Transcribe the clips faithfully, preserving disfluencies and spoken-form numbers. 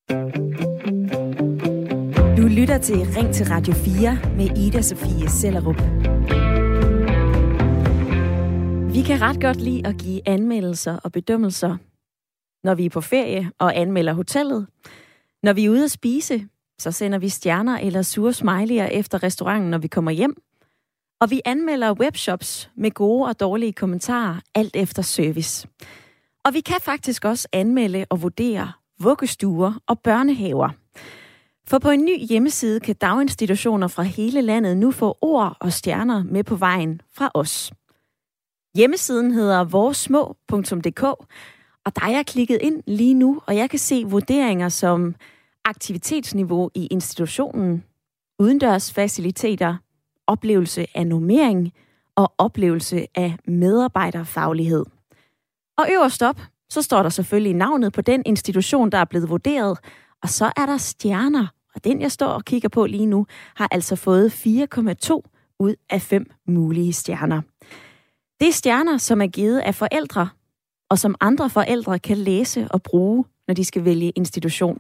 Du lytter til Ring til Radio fire med Ida Sofie Sellerup. Vi kan ret godt lide at give anmeldelser og bedømmelser, når vi er på ferie og anmelder hotellet. Når vi er ude at spise, så sender vi stjerner eller sure smiley'er efter restauranten, når vi kommer hjem. Og vi anmelder webshops med gode og dårlige kommentarer, alt efter service. Og vi kan faktisk også anmelde og vurdere vuggestuer og børnehaver. For på en ny hjemmeside kan daginstitutioner fra hele landet nu få ord og stjerner med på vejen fra os. Hjemmesiden hedder voresmå punktum d k, og der er jeg klikket ind lige nu, og jeg kan se vurderinger som aktivitetsniveau i institutionen, udendørsfaciliteter, oplevelse af normering og oplevelse af medarbejderfaglighed. Og øverst op, så står der selvfølgelig navnet på den institution, der er blevet vurderet, og så er der stjerner, og den jeg står og kigger på lige nu, har altså fået fire komma to ud af fem mulige stjerner. Det er stjerner, som er givet af forældre, og som andre forældre kan læse og bruge, når de skal vælge institution.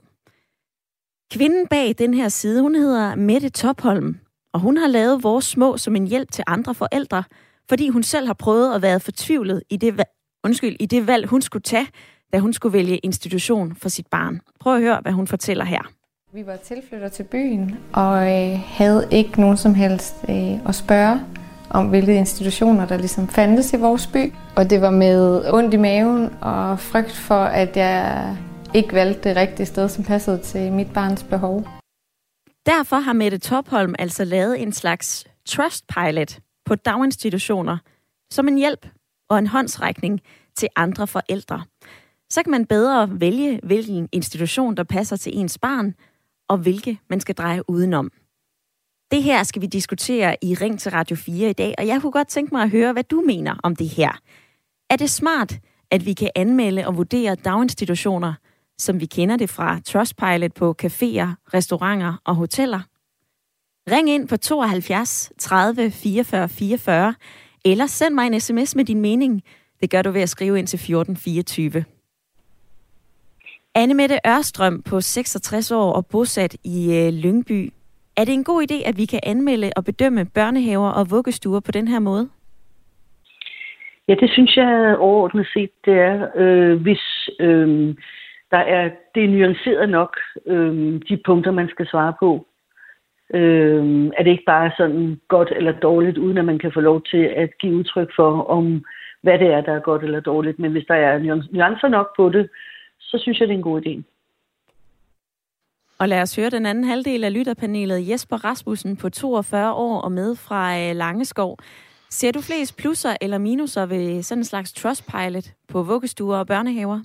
Kvinden bag den her side, hun hedder Mette Topholm, og hun har lavet Vores Små som en hjælp til andre forældre, fordi hun selv har prøvet at være fortvivlet i det, undskyld, i det valg, hun skulle tage, da hun skulle vælge institution for sit barn. Prøv at høre, hvad hun fortæller her. Vi var tilflytter til byen, og øh, havde ikke nogen som helst øh, at spørge om, hvilke institutioner, der ligesom fandtes i vores by. Og det var med ondt i maven og frygt for, at jeg ikke valgte det rigtige sted, som passede til mit barns behov. Derfor har Mette Topholm altså lavet en slags Trustpilot på daginstitutioner som en hjælp og en håndsrækning til andre forældre. Så kan man bedre vælge, hvilken institution, der passer til ens barn, og hvilke man skal dreje udenom. Det her skal vi diskutere i Ring til Radio fire i dag, og jeg kunne godt tænke mig at høre, hvad du mener om det her. Er det smart, at vi kan anmelde og vurdere daginstitutioner, som vi kender det fra Trustpilot på caféer, restauranter og hoteller? Ring ind på tooghalvfjerds tredive fireogfyrre fireogfyrre, eller send mig en sms med din mening. Det gør du ved at skrive ind til fjorten fireogtyve. Anne-Mette Ørstrøm på seksogtres år og bosat i øh, Lyngby. Er det en god idé, at vi kan anmelde og bedømme børnehaver og vuggestuer på den her måde? Ja, det synes jeg overordnet set, det er. Øh, hvis øh, der er, det er nuanceret nok, øh, de punkter, man skal svare på. Øh, er det ikke bare sådan godt eller dårligt, uden at man kan få lov til at give udtryk for, om hvad det er, der er godt eller dårligt. Men hvis der er nuancer nok på det, så synes jeg, det er en god idé. Og lad os høre den anden halvdel af lytterpanelet. Jesper Rasmussen på toogfyrre år og med fra Langeskov. Ser du flest plusser eller minuser ved sådan en slags Trustpilot på vuggestuer og børnehaver?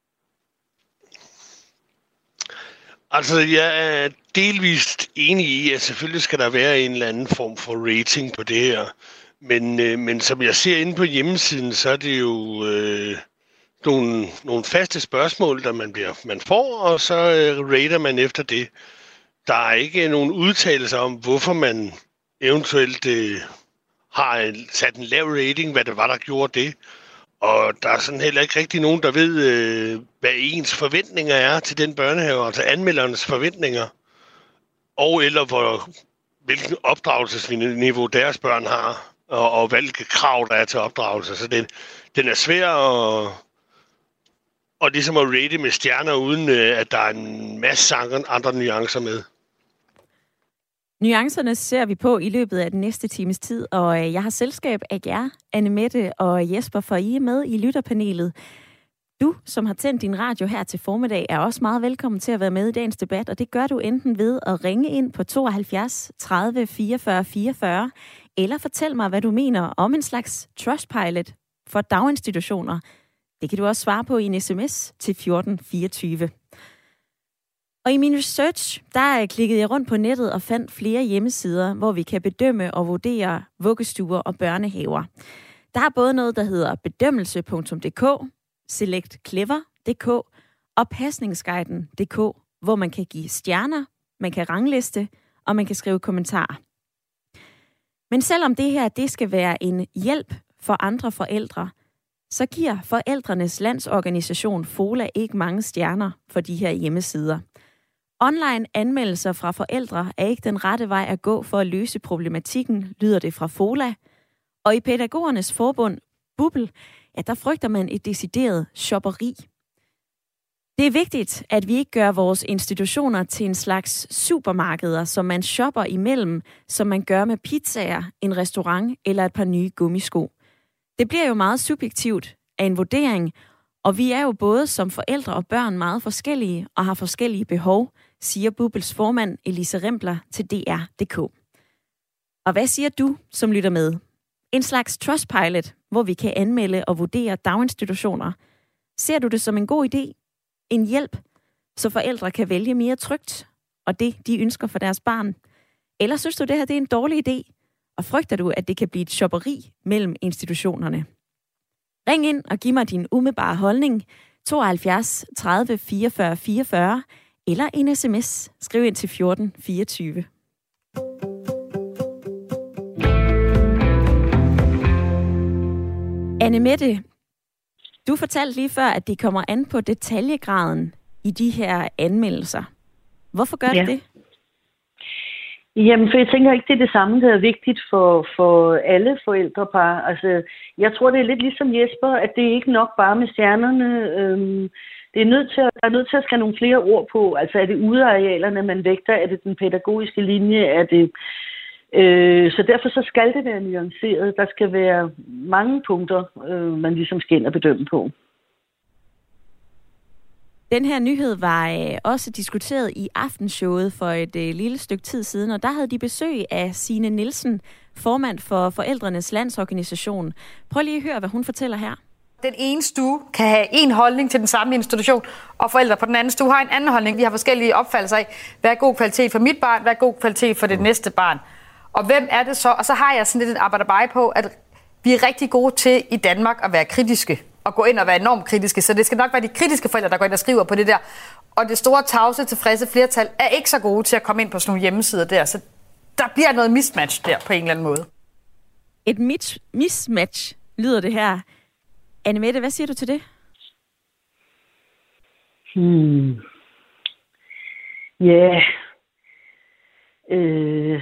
Altså, jeg er delvist enig i, at selvfølgelig skal der være en eller anden form for rating på det her. Men, øh, men som jeg ser inde på hjemmesiden, så er det jo øh, nogle, nogle faste spørgsmål, der man, bliver, man får, og så øh, rater man efter det. Der er ikke nogen udtalelser om, hvorfor man eventuelt øh, har sat en lav rating, hvad det var, der gjorde det. Og der er sådan heller ikke rigtig nogen, der ved, øh, hvad ens forventninger er til den børnehave, altså anmeldernes forventninger, og eller hvor, hvilken opdragelsesniveau deres børn har, og, og hvilke krav der er til opdragelse. Så den, den er svær at, og ligesom at rate med stjerner, uden øh, at der er en masse andre nuancer med. Nuancerne ser vi på i løbet af den næste times tid, og jeg har selskab af jer, Anne-Mette og Jesper, for I er med i lytterpanelet. Du, som har tændt din radio her til formiddag, er også meget velkommen til at være med i dagens debat, og det gør du enten ved at ringe ind på tooghalvfjerds tredive fireogfyrre fireogfyrre, eller fortæl mig, hvad du mener om en slags Trustpilot for daginstitutioner. Det kan du også svare på i en sms til fjorten fireogtyve. Og i min research, der klikkede jeg rundt på nettet og fandt flere hjemmesider, hvor vi kan bedømme og vurdere vuggestuer og børnehaver. Der er både noget, der hedder bedømmelse punktum d k, select clever punktum d k og pasningsguiden punktum d k, hvor man kan give stjerner, man kan rangliste, og man kan skrive kommentarer. Men selvom det her, det skal være en hjælp for andre forældre, så giver Forældrenes Landsorganisation FOLA ikke mange stjerner for de her hjemmesider. Online anmeldelser fra forældre er ikke den rette vej at gå for at løse problematikken, lyder det fra FOLA. Og i Pædagogernes Forbund, Bubble, ja, der frygter man et decideret shopperi. Det er vigtigt, at vi ikke gør vores institutioner til en slags supermarkeder, som man shopper imellem, som man gør med pizzaer, en restaurant eller et par nye gummisko. Det bliver jo meget subjektivt af en vurdering, og vi er jo både som forældre og børn meget forskellige og har forskellige behov, siger Bubbles formand Elise Rimpler til D R punktum d k. Og hvad siger du, som lytter med? En slags Trustpilot, hvor vi kan anmelde og vurdere daginstitutioner. Ser du det som en god idé? En hjælp, så forældre kan vælge mere trygt, og det, de ønsker for deres barn? Eller synes du, det her det er en dårlig idé? Og frygter du, at det kan blive et shopperi mellem institutionerne? Ring ind og giv mig din umiddelbare holdning. tooghalvfjerds tredive fireogfyrre fireogfyrre eller en sms. Skriv ind til fjorten fireogtyve. Anne-Mette, du fortalte lige før, at det kommer an på detaljegraden i de her anmeldelser. Hvorfor gør ja. det det? Jamen, for jeg tænker ikke, det er det samme, der er vigtigt for, for alle forældrepar. Altså, jeg tror, det er lidt ligesom Jesper, at det er ikke nok bare med stjernerne. Øhm, det er nødt til at, der er nødt til at skal nogle flere ord på. Altså, er det udearealerne, man vægter? Er det den pædagogiske linje? Er det... Øh, så derfor så skal det være nuanceret. Der skal være mange punkter, øh, man ligesom skal ind og bedømme på. Den her nyhed var øh, også diskuteret i Aftenshowet for et øh, lille stykke tid siden, og der havde de besøg af Signe Nielsen, formand for Forældrenes Landsorganisation. Prøv lige at høre, hvad hun fortæller her. Den ene stue kan have en holdning til den samme institution, og forældre på den anden stue har en anden holdning. Vi har forskellige opfattelser af, hvad er god kvalitet for mit barn, hvad er god kvalitet for det næste barn. Og hvem er det så? Og så har jeg sådan lidt et arbejde på, at vi er rigtig gode til i Danmark at være kritiske. Og gå ind og være enormt kritiske. Så det skal nok være de kritiske forældre, der går ind og skriver på det der. Og det store tavse tilfredse flertal er ikke så gode til at komme ind på sådan nogle hjemmesider der. Så der bliver noget mismatch der på en eller anden måde. Et mis- mismatch lyder det her. Anne-Mette, hvad siger du til det? Hmm. Ja. Yeah. Øh...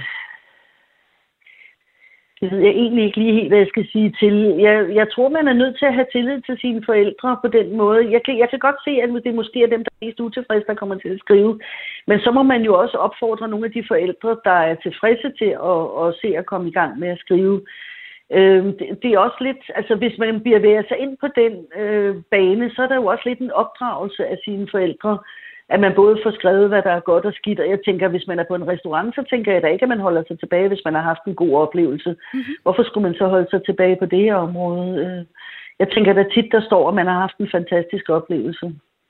Det ved jeg egentlig ikke lige helt, hvad jeg skal sige til. Jeg, jeg tror, man er nødt til at have tillid til sine forældre på den måde. Jeg kan, jeg kan godt se, at det måske er dem, der er mest utilfredse, der kommer til at skrive. Men så må man jo også opfordre nogle af de forældre, der er tilfredse til at, at se at komme i gang med at skrive. Øh, det, det er også lidt, altså hvis man bevæger sig ind på den øh, bane, så er der jo også lidt en opdragelse af sine forældre, at man både får skrevet, hvad der er godt og skidt. Og jeg tænker, hvis man er på en restaurant, så tænker jeg da ikke, at man holder sig tilbage, hvis man har haft en god oplevelse. Mm-hmm. Hvorfor skulle man så holde sig tilbage på det her område? Jeg tænker, der tit der står, at man har haft en fantastisk oplevelse.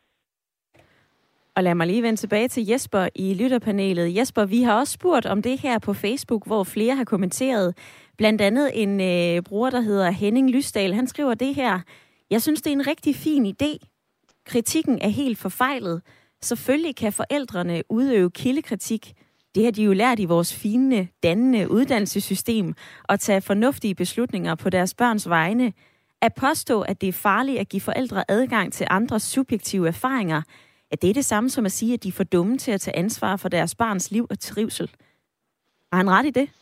Og lad mig lige vende tilbage til Jesper i lytterpanelet. Jesper, vi har også spurgt om det her på Facebook, hvor flere har kommenteret. Blandt andet en øh, bruger, der hedder Henning Lysdal. Han skriver det her. Jeg synes, det er en rigtig fin idé. Kritikken er helt forfejlet. Selvfølgelig kan forældrene udøve kildekritik. Det har de jo lært i vores fine, dannende uddannelsessystem at tage fornuftige beslutninger på deres børns vegne. At påstå, at det er farligt at give forældre adgang til andres subjektive erfaringer, at det er det samme som at sige, at de er for dumme til at tage ansvar for deres barns liv og trivsel. Har han ret i det?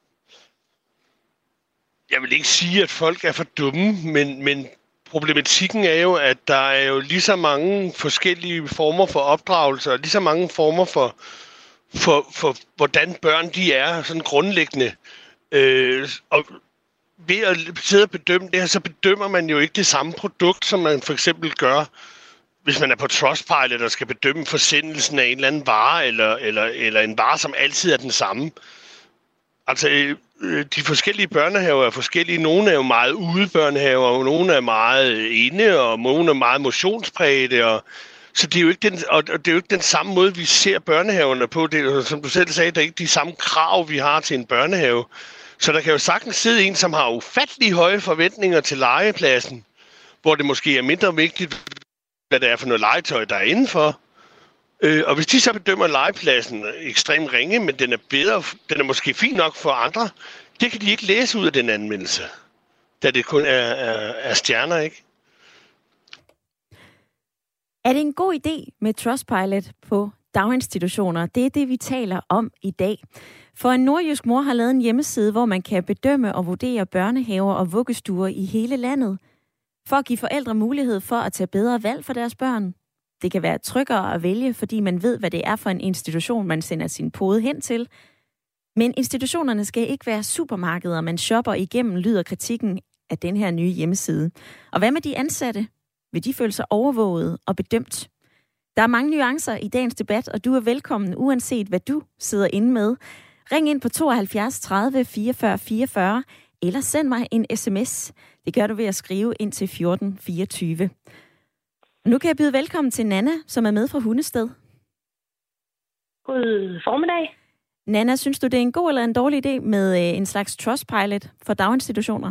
Jeg vil ikke sige, at folk er for dumme, men, men problematikken er jo, at der er jo lige så mange forskellige former for opdragelse, og lige så mange former for, for, for hvordan børn de er, sådan grundlæggende. Øh, og ved at sidde og bedømme det her, så bedømmer man jo ikke det samme produkt, som man for eksempel gør, hvis man er på Trustpilot og skal bedømme forsendelsen af en eller anden vare, eller, eller, eller en vare, som altid er den samme. Altså, de forskellige børnehaver er forskellige. Nogle er jo meget ude børnehaver, og nogle er meget inde, og nogle er meget motionsprægede. Og så det er jo ikke den, og det er jo ikke den samme måde, vi ser børnehaverne på. Det er, som du selv sagde, der er ikke de samme krav, vi har til en børnehave. Så der kan jo sagtens sidde en, som har ufattelig høje forventninger til legepladsen, hvor det måske er mindre vigtigt, hvad det er for noget legetøj, der er indenfor. Øh, og hvis de så bedømmer legepladsen ekstremt ringe, men den er bedre, den er måske fin nok for andre, det kan de ikke læse ud af den anmeldelse, da det kun er, er, er stjerner, ikke? Er det en god idé med Trustpilot på daginstitutioner. Det er det, vi taler om i dag. For en nordjysk mor har lavet en hjemmeside, hvor man kan bedømme og vurdere børnehaver og vuggestuer i hele landet. For at give forældre mulighed for at tage bedre valg for deres børn. Det kan være tryggere at vælge, fordi man ved, hvad det er for en institution, man sender sin pode hen til. Men institutionerne skal ikke være supermarkeder, man shopper igennem, lyder kritikken af den her nye hjemmeside. Og hvad med de ansatte? Vil de føle sig overvåget og bedømt? Der er mange nuancer i dagens debat, og du er velkommen, uanset hvad du sidder inde med. Ring ind på tooghalvfjerds tredive fireogfyrre fireogfyrre, eller send mig en sms. Det gør du ved at skrive ind til fjorten fireogtyve. Nu kan jeg byde velkommen til Nana, som er med fra Hundested. God formiddag. Nana, synes du, det er en god eller en dårlig idé med en slags Trustpilot for daginstitutioner?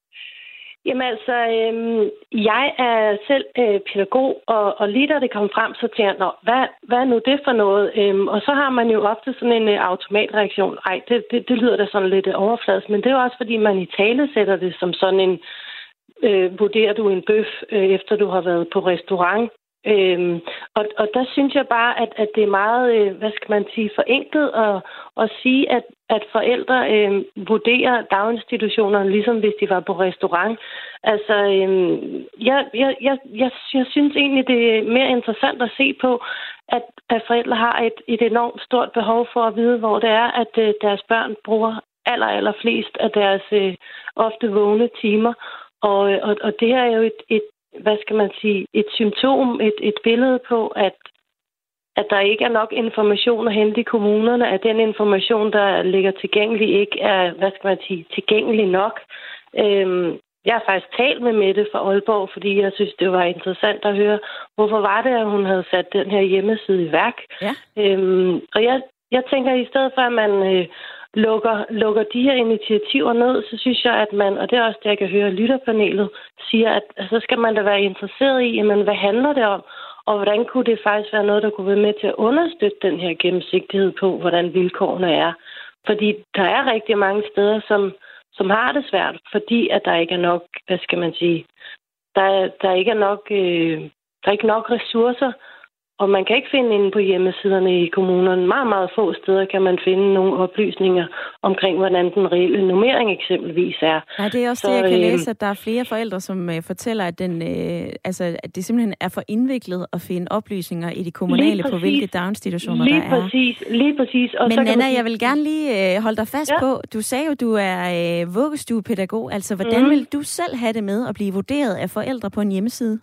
Jamen altså, øhm, jeg er selv øh, pædagog, og, og lige da det kom frem, så tænkte jeg, Nå, hvad, hvad er nu det for noget? Øhm, og så har man jo ofte sådan en øh, automatreaktion. Ej, det, det, det lyder da sådan lidt overfladisk, men det er jo også, fordi man i tale sætter det som sådan en, øh, vurderer du en bøf, øh, efter du har været på restaurant. Øhm, og, og der synes jeg bare, at, at det er meget, øh, hvad skal man sige, forenklet at, at sige, at, at forældre øh, vurderer daginstitutionerne, ligesom hvis de var på restaurant. Altså, øh, jeg, jeg, jeg, jeg, jeg synes egentlig, det er mere interessant at se på, at, at forældre har et, et enormt stort behov for at vide, hvor det er, at øh, deres børn bruger aller, aller flest af deres øh, ofte vågne timer. Og, og, og det her er jo et, et hvad skal man sige, et symptom, et, et billede på, at, at der ikke er nok information at hente i kommunerne, at den information, der ligger tilgængelig, ikke er, hvad skal man sige, tilgængelig nok. Øhm, jeg har faktisk talt med Mette fra Aalborg, fordi jeg synes, det var interessant at høre, hvorfor var det, at hun havde sat den her hjemmeside i værk. Ja. Øhm, og jeg, jeg tænker, i stedet for, at man øh, lukker, lukker de her initiativer ned, så synes jeg, at man, og det er også det, jeg kan høre lytterpanelet, siger, at så altså, skal man da være interesseret i, jamen, hvad handler det om, og hvordan kunne det faktisk være noget, der kunne være med til at understøtte den her gennemsigtighed på, hvordan vilkårene er. Fordi der er rigtig mange steder, som, som har det svært, fordi at der ikke er nok, hvad skal man sige, der, der ikke er nok, øh, der er ikke nok ressourcer. Og man kan ikke finde inde på hjemmesiderne i kommunerne. Meget, meget få steder kan man finde nogle oplysninger omkring, hvordan den reelle normering eksempelvis er. Nej, det er også så, det, jeg kan øh, læse, at der er flere forældre, som øh, fortæller, at, den, øh, altså, at det simpelthen er for indviklet at finde oplysninger i de kommunale på, hvilke daginstitutioner lige der er. Præcis, lige præcis. Og Men så Nana, sige... jeg vil gerne lige øh, holde dig fast ja. på, du sagde jo, du er øh, vuggestuepædagog. Altså, hvordan mm. vil du selv have det med at blive vurderet af forældre på en hjemmeside?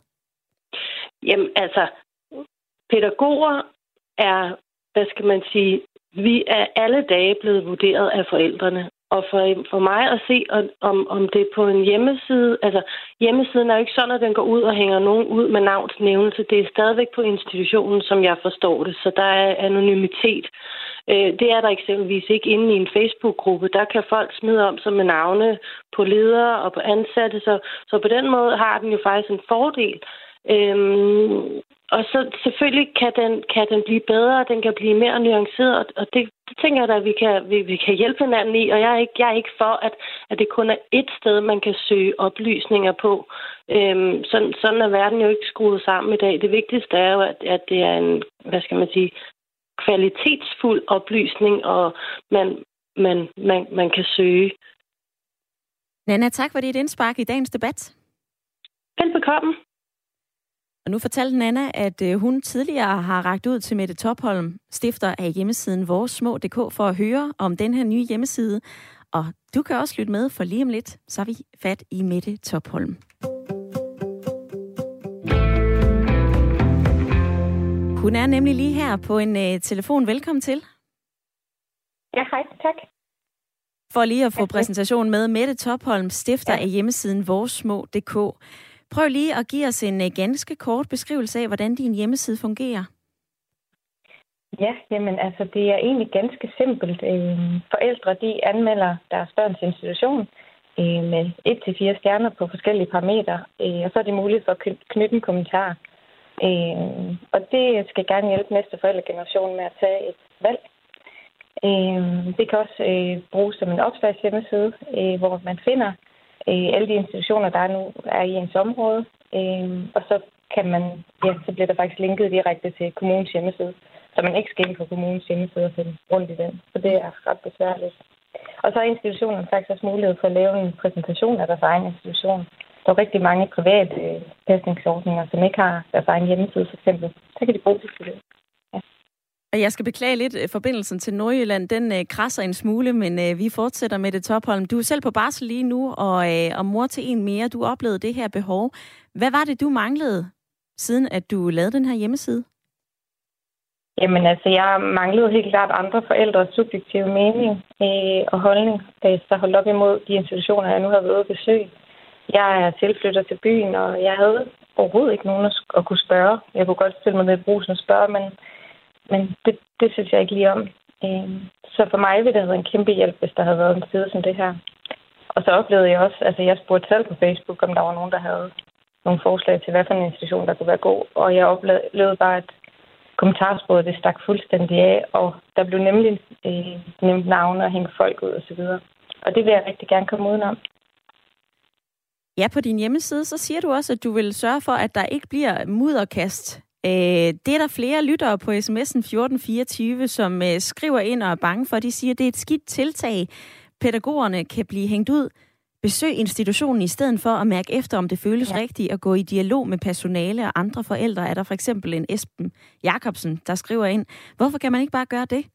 Jamen, altså... Pædagoger er, hvad skal man sige, vi er alle dage blevet vurderet af forældrene. Og for, for mig at se, om, om det er på en hjemmeside, altså hjemmesiden er jo ikke sådan, at den går ud og hænger nogen ud med navnsnævnelse. Det er stadigvæk på institutionen, som jeg forstår det, så der er anonymitet. Det er der eksempelvis ikke inde i en Facebook-gruppe. Der kan folk smide om sig med navne på ledere og på ansatte, så, så på den måde har den jo faktisk en fordel. Øhm, og så selvfølgelig kan den, kan den blive bedre, den kan blive mere nuanceret, og det, det tænker jeg da, at vi kan, vi, vi kan hjælpe hinanden i, og jeg er ikke, jeg er ikke for, at, at det kun er ét sted, man kan søge oplysninger på. Øhm, sådan, sådan er verden jo ikke skruet sammen i dag. Det vigtigste er jo, at, at det er en, hvad skal man sige, kvalitetsfuld oplysning, og man, man, man, man kan søge. Nana, tak for dit indspark i dagens debat. Velbekomme. Og nu fortalte Nana, at øh, hun tidligere har rakt ud til Mette Topholm, stifter af hjemmesiden voressmå punktum d k, for at høre om den her nye hjemmeside. Og du kan også lytte med, for lige om lidt, så har vi fat i Mette Topholm. Hun er nemlig lige her på en øh, telefon. Velkommen til. Ja, hej. Tak. For lige at få præsentationen med, Mette Topholm, stifter ja. af hjemmesiden voressmå punktum d k. Prøv lige at give os en ganske kort beskrivelse af, hvordan din hjemmeside fungerer. Ja, jamen altså, det er egentlig ganske simpelt. Forældre, de anmelder deres børns institution med et til fire stjerner på forskellige parametre, og så er det muligt for at knytte en kommentar. Og det skal gerne hjælpe næste forældregeneration med at tage et valg. Det kan også bruges som en opslagshjemmeside, hvor man finder alle de institutioner, der nu er i ens område. Og så kan man, ja, så bliver der faktisk linket direkte til kommunens hjemmeside. så man ikke skal ind på kommunens hjemmeside og finde rundt i den. Så det er ret besværligt. Og så har institutionen faktisk også mulighed for at lave en præsentation af deres egen institution. Der er rigtig mange private øh, pasningsordninger, som ikke har deres egen hjemmeside, for eksempel. Så kan de bruge det til det. Ja. Og jeg skal beklage lidt, forbindelsen til Nordjylland, den øh, krasser en smule, men øh, vi fortsætter med det Topholm. Du er selv på barsel lige nu, og, øh, og mor til en mere. Du oplevede det her behov. Hvad var det, du manglede, siden at du lavede den her hjemmeside? Jamen altså, jeg manglede helt klart andre forældres subjektive mening øh, og holdning, øh, så holdt op imod de institutioner, jeg nu har været ude at besøge. Jeg er tilflytter til byen, og jeg havde overhovedet ikke nogen at kunne spørge. Jeg kunne godt stille mig ned i brusen og spørge, men, men det, det synes jeg ikke lige om. Øh, så for mig ville det have været en kæmpe hjælp, hvis der havde været en side som det her. Og så oplevede jeg også, altså jeg spurgte selv på Facebook, om der var nogen, der havde nogle forslag til, hvad for en institution, der kunne være god. Og jeg oplevede bare, at kommentarsporet det stak fuldstændig af, og der blev nemlig øh, nemt navne og hænge folk ud osv. Og det vil jeg rigtig gerne komme udenom. Ja, på din hjemmeside, så siger du også, at du vil sørge for, at der ikke bliver mudderkast. Øh, det er der flere lyttere på sms'en fjorten fireogtyve, som øh, skriver ind og er bange for. De siger, at det er et skidt tiltag. Pædagogerne kan blive hængt ud. Besøg institutionen i stedet for at mærke efter, om det føles ja. rigtigt at gå i dialog med personale og andre forældre. Er der for eksempel en Esben Jacobsen, der skriver ind. Hvorfor kan man ikke bare gøre det?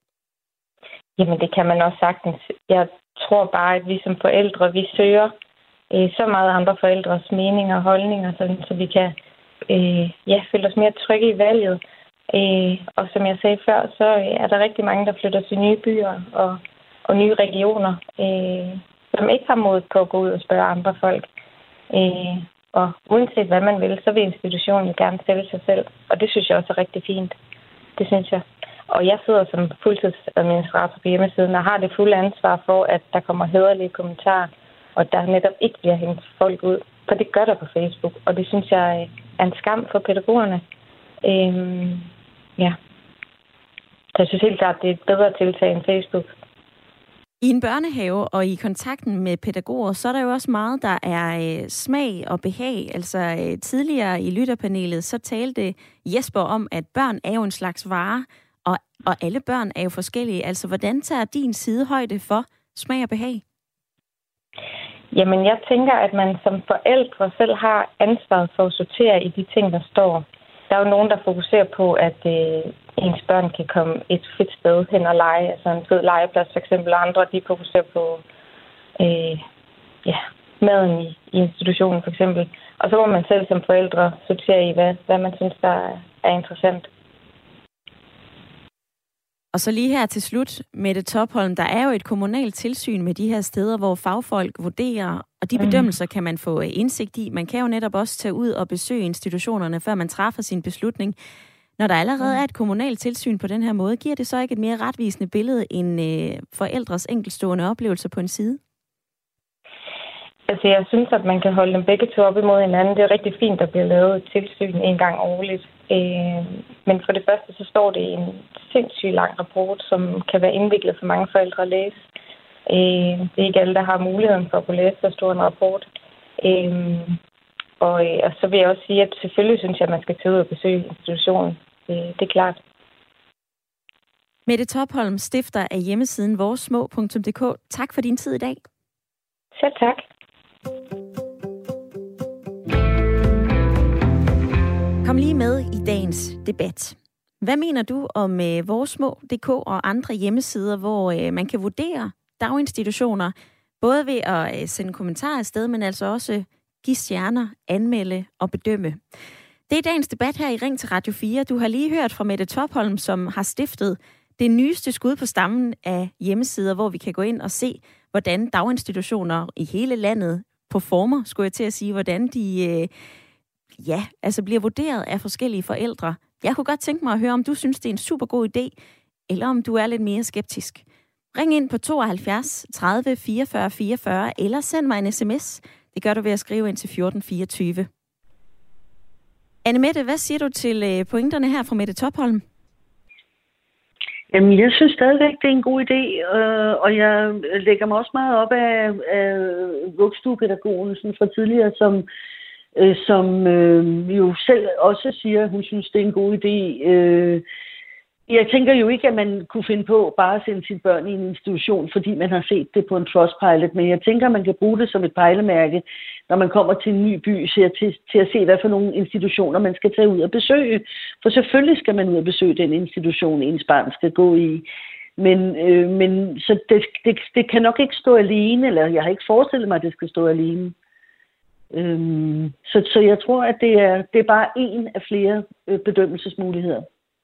Jamen, det kan man også sagtens. Jeg tror bare, at vi som forældre, vi søger øh, så meget andre forældres meninger og holdninger, sådan, så vi kan øh, ja, føle os mere trygge i valget. Øh, og som jeg sagde før, så er der rigtig mange, der flytter til nye byer og, og nye regioner, øh, som ikke har mod på at gå ud og spørge andre folk. Øh, og uanset hvad man vil, så vil institutionen jo gerne sælge sig selv. Og det synes jeg også er rigtig fint. Det synes jeg. Og jeg sidder som fuldtidsadministrator på hjemmesiden og har det fulde ansvar for, at der kommer hæderlige kommentarer, og der netop ikke bliver hængt folk ud. For det gør der på Facebook, og det synes jeg er en skam for pædagogerne. Øh, ja. Så jeg synes helt klart, at det er et bedre tiltag end Facebook. I en børnehave og i kontakten med pædagoger, så er der jo også meget, der er øh, smag og behag. Altså øh, tidligere i lytterpanelet, så talte Jesper om, at børn er jo en slags vare, og, og alle børn er jo forskellige. Altså, hvordan tager din side højde for smag og behag? Jamen, jeg tænker, at man som forældre selv har ansvaret for at sortere i de ting, der står. Der er jo nogen, der fokuserer på, at øh, ens børn kan komme et fedt sted hen og lege, altså en fed legeplads for eksempel, og andre, de fokuserer på øh, ja, maden i, i institutionen for eksempel. Og så må man selv som forældre sortere i, hvad, hvad man synes, der er, er interessant. Og så lige her til slut, Mette Topholm, der er jo et kommunalt tilsyn med de her steder, hvor fagfolk vurderer, og de bedømmelser kan man få indsigt i. Man kan jo netop også tage ud og besøge institutionerne, før man træffer sin beslutning. Når der allerede er et kommunalt tilsyn på den her måde, giver det så ikke et mere retvisende billede end øh, forældres enkeltstående oplevelser på en side? Altså, jeg synes, at man kan holde dem begge to op imod hinanden. Det er rigtig fint, at der bliver lavet et tilsyn en gang årligt. Øh, men for det første, så står det i en sindssygt lang rapport, som kan være indviklet for mange forældre at læse. Øh, det er ikke alle, der har muligheden for at kunne læse så stor en rapport. Øh, og, og så vil jeg også sige, at selvfølgelig synes jeg, at man skal tage ud og besøge institutionen. Øh, det er klart. Mette Topholm, stifter af hjemmesiden voresmå punktum d k. Tak for din tid i dag. Selv tak. Kom lige med i dagens debat. Hvad mener du om øh, voresmå punktum d k og andre hjemmesider, hvor øh, man kan vurdere daginstitutioner, både ved at øh, sende kommentarer afsted, men altså også give stjerner, anmelde og bedømme? Det er dagens debat her i Ring til Radio fire. Du har lige hørt fra Mette Topholm, som har stiftet det nyeste skud på stammen af hjemmesider, hvor vi kan gå ind og se, hvordan daginstitutioner i hele landet performer, skulle jeg til at sige, hvordan de øh, ja, altså bliver vurderet af forskellige forældre. Jeg kunne godt tænke mig at høre, om du synes, det er en super god idé, eller om du er lidt mere skeptisk. Ring ind på tooghalvfjerds tredive fireogfyrre fireogfyrre, eller send mig en sms. Det gør du ved at skrive ind til fjorten fireogtyve. Annemette, hvad siger du til pointerne her fra Mette Topholm? Jamen, jeg synes stadigvæk, det er en god idé, øh, og jeg lægger mig også meget op af, af vuggestuepædagogen sådan fra tidligere, som, øh, som øh, jo selv også siger, at hun synes, det er en god idé. Øh, Jeg tænker jo ikke, at man kunne finde på bare at sende sine børn i en institution, fordi man har set det på en Trustpilot, men jeg tænker, at man kan bruge det som et pejlemærke, når man kommer til en ny by, til, til at se, hvad for nogle institutioner man skal tage ud og besøge. For selvfølgelig skal man ud og besøge den institution, ens barn skal gå i. Men, øh, men så det, det, det kan nok ikke stå alene, eller jeg har ikke forestillet mig, at det skal stå alene. Øhm, så, så jeg tror, at det er, det er bare en af flere øh, bedømmelsesmuligheder.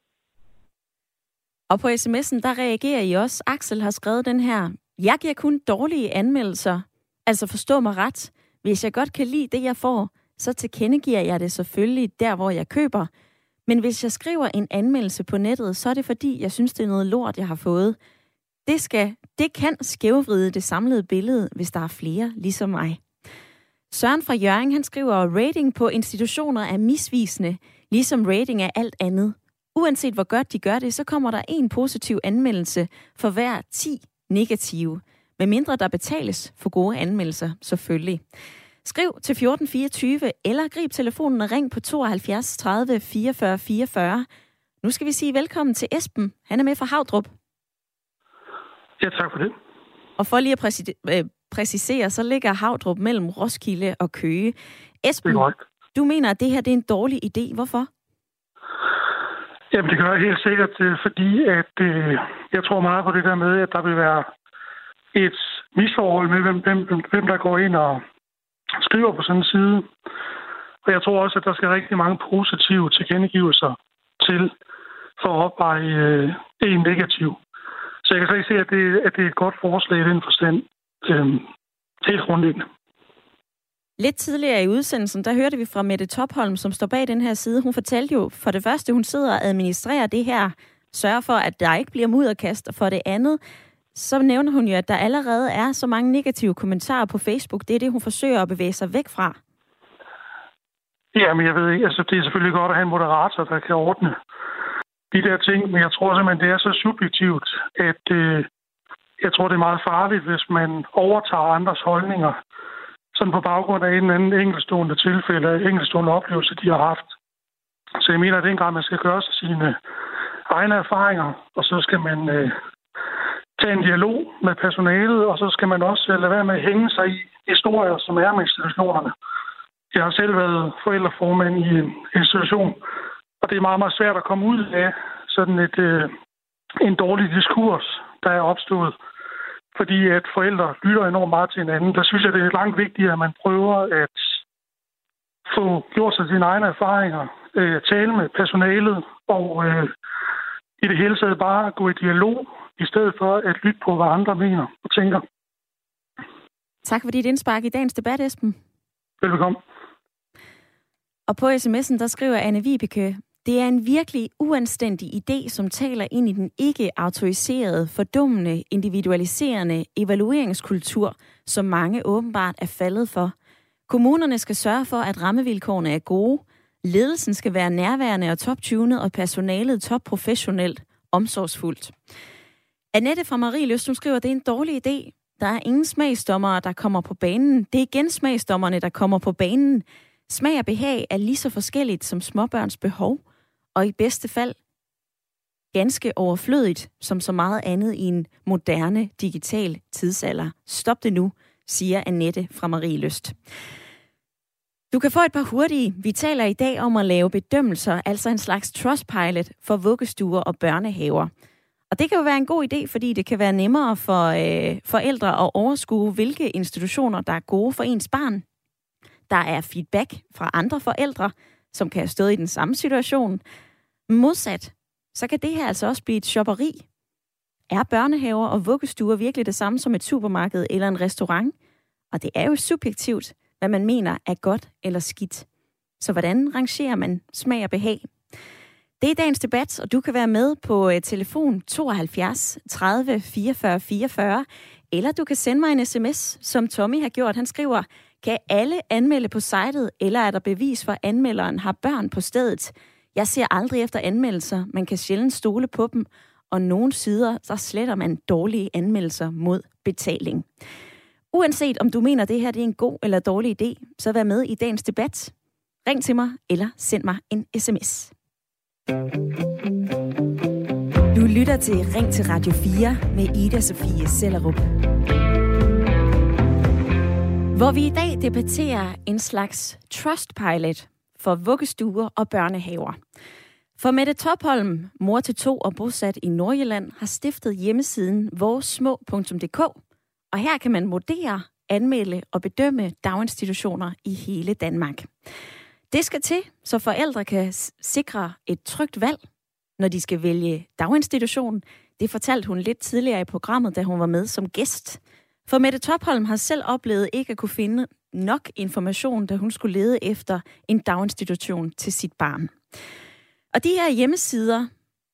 Og på sms'en, der reagerer I også. Axel har skrevet den her. Jeg giver kun dårlige anmeldelser. Altså forstå mig ret. Hvis jeg godt kan lide det, jeg får, så tilkendegiver jeg det selvfølgelig der, hvor jeg køber. Men hvis jeg skriver en anmeldelse på nettet, så er det fordi, jeg synes, det er noget lort, jeg har fået. Det, skal, det kan skævvride det samlede billede, hvis der er flere ligesom mig. Søren fra Hjørring, han skriver, rating på institutioner er misvisende, ligesom rating af alt andet. Uanset hvor godt de gør det, så kommer der en positiv anmeldelse for hver ti negative. Med mindre der betales for gode anmeldelser, selvfølgelig. Skriv til fjorten fireogtyve, eller grib telefonen og ring på tooghalvfjerds tredive fireogfyrre fireogfyrre. Nu skal vi sige velkommen til Esben. Han er med fra Havdrup. Ja, tak for det. Og for lige at præcis- øh, præcisere, så ligger Havdrup mellem Roskilde og Køge. Esben, du mener, at det her det er en dårlig idé. Hvorfor? Jamen, det gør jeg helt sikkert, fordi at, øh, jeg tror meget på det der med, at der vil være et misforhold med, hvem, hvem, hvem der går ind og skriver på sådan en side. Og jeg tror også, at der skal rigtig mange positive tilkendegivelser til for at opveje øh, en negativ. Så jeg kan slet ikke se, at det, at det er et godt forslag i den forstand. Øh, helt grundlæggende. Lidt tidligere i udsendelsen, der hørte vi fra Mette Topholm, som står bag den her side. Hun fortalte jo for det første, hun sidder og administrerer det her, sørger for, at der ikke bliver mudderkast, og for det andet, så nævner hun jo, at der allerede er så mange negative kommentarer på Facebook. Det er det, hun forsøger at bevæge sig væk fra. Ja, men jeg ved ikke, altså det er selvfølgelig godt at have en moderator, der kan ordne de der ting, men jeg tror simpelthen, det er så subjektivt, at øh, jeg tror, det er meget farligt, hvis man overtager andres holdninger, sådan på baggrund af en eller anden enkeltstående tilfælde, enkeltstående oplevelse, de har haft. Så jeg mener, at den grad, man skal gøre sig sine egne erfaringer, og så skal man øh, tage en dialog med personalet, og så skal man også lade være med at hænge sig i historier, som er med institutionerne. Jeg har selv været forældreformand i en institution, og det er meget, meget svært at komme ud af sådan et, øh, en dårlig diskurs, der er opstået. Fordi at forældre lytter enormt meget til hinanden. Der synes jeg, det er langt vigtigere, at man prøver at få gjort sig sine egne erfaringer, øh, tale med personalet og øh, i det hele taget bare gå i dialog, i stedet for at lytte på, hvad andre mener og tænker. Tak for dit indspark i dagens debat, Esben. Velbekomme. Og på sms'en, der skriver Anne Vibeke, det er en virkelig uanstændig idé, som taler ind i den ikke-autoriserede, fordummende, individualiserende evalueringskultur, som mange åbenbart er faldet for. Kommunerne skal sørge for, at rammevilkårene er gode, ledelsen skal være nærværende og toptunet, og personalet topprofessionelt, omsorgsfuldt. Annette fra Marielyst, hun skriver, at det er en dårlig idé. Der er ingen smagsdommere, der kommer på banen. Det er igen smagsdommerne, der kommer på banen. Smag og behag er lige så forskelligt som småbørns behov, og i bedste fald ganske overflødigt som så meget andet i en moderne digital tidsalder. Stop det nu, siger Annette fra Marielyst. Du kan få et par hurtige. Vi taler i dag om at lave bedømmelser, altså en slags Trustpilot for vuggestuer og børnehaver. Og det kan jo være en god idé, fordi det kan være nemmere for øh, forældre at overskue, hvilke institutioner, der er gode for ens barn. Der er feedback fra andre forældre, som kan have stået i den samme situation. Modsat, så kan det her altså også blive et shopperi. Er børnehaver og vuggestuer virkelig det samme som et supermarked eller en restaurant? Og det er jo subjektivt, hvad man mener er godt eller skidt. Så hvordan rangerer man smag og behag? Det er dagens debat, og du kan være med på telefon tooghalvfjerds tredive fireogfyrre fireogfyrre, eller du kan sende mig en sms, som Tommy har gjort. Han skriver, kan alle anmelde på sitet, eller er der bevis for, at anmelderen har børn på stedet? Jeg ser aldrig efter anmeldelser, man kan sjældent stole på dem, og nogle sider, så sletter man dårlige anmeldelser mod betaling. Uanset om du mener, at det her det er en god eller dårlig idé, så vær med i dagens debat. Ring til mig, eller send mig en sms. Du lytter til Ring til Radio fire med Ida Sofie Sellerup. Hvor vi i dag debatterer en slags Trustpilot for vuggestuer og børnehaver. For Mette Topholm, mor til to og bosat i Nordjylland, har stiftet hjemmesiden voressmå punktum d k. Og her kan man vurdere, anmelde og bedømme daginstitutioner i hele Danmark. Det skal til, så forældre kan sikre et trygt valg, når de skal vælge daginstitution. Det fortalte hun lidt tidligere i programmet, da hun var med som gæst. For Mette Topholm har selv oplevet ikke at kunne finde nok information, da hun skulle lede efter en daginstitution til sit barn. Og de her hjemmesider,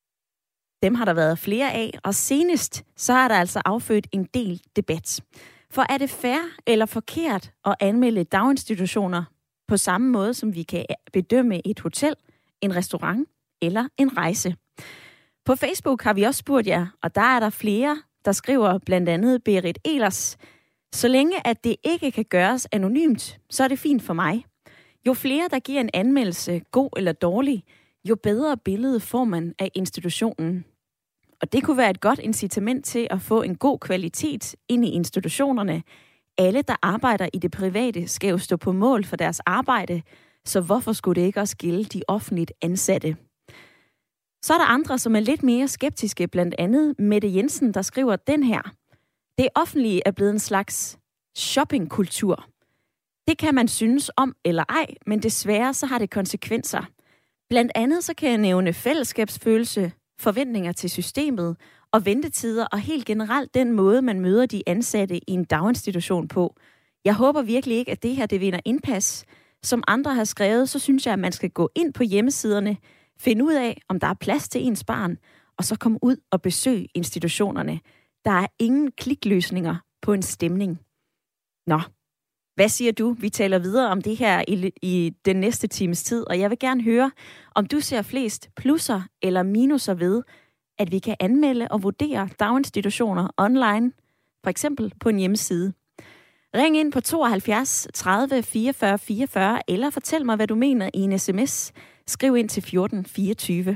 dem har der været flere af, og senest så er der altså affødt en del debat. For er det fair eller forkert at anmelde daginstitutioner på samme måde, som vi kan bedømme et hotel, en restaurant eller en rejse? På Facebook har vi også spurgt jer, og der er der flere, der skriver blandt andet Berit Elers: så længe at det ikke kan gøres anonymt, så er det fint for mig. Jo flere, der giver en anmeldelse, god eller dårlig, jo bedre billede får man af institutionen. Og det kunne være et godt incitament til at få en god kvalitet ind i institutionerne. Alle, der arbejder i det private, skal jo stå på mål for deres arbejde, så hvorfor skulle det ikke også gælde de offentligt ansatte? Så er der andre, som er lidt mere skeptiske, blandt andet Mette Jensen, der skriver den her: det offentlige er blevet en slags shoppingkultur. Det kan man synes om eller ej, men desværre så har det konsekvenser. Blandt andet så kan jeg nævne fællesskabsfølelse, forventninger til systemet og ventetider, og helt generelt den måde, man møder de ansatte i en daginstitution på. Jeg håber virkelig ikke, at det her det vinder indpas. Som andre har skrevet, så synes jeg, at man skal gå ind på hjemmesiderne, finde ud af, om der er plads til ens barn, og så komme ud og besøge institutionerne. Der er ingen klikløsninger på en stemning. Nå, hvad siger du? Vi taler videre om det her i, i den næste times tid, og jeg vil gerne høre, om du ser flest plusser eller minuser ved, at vi kan anmelde og vurdere daginstitutioner online, for eksempel på en hjemmeside. Ring ind på tooghalvfjerds tredive fireogfyrre fireogfyrre, eller fortæl mig, hvad du mener i en sms. Skriv ind til fjorten fireogtyve.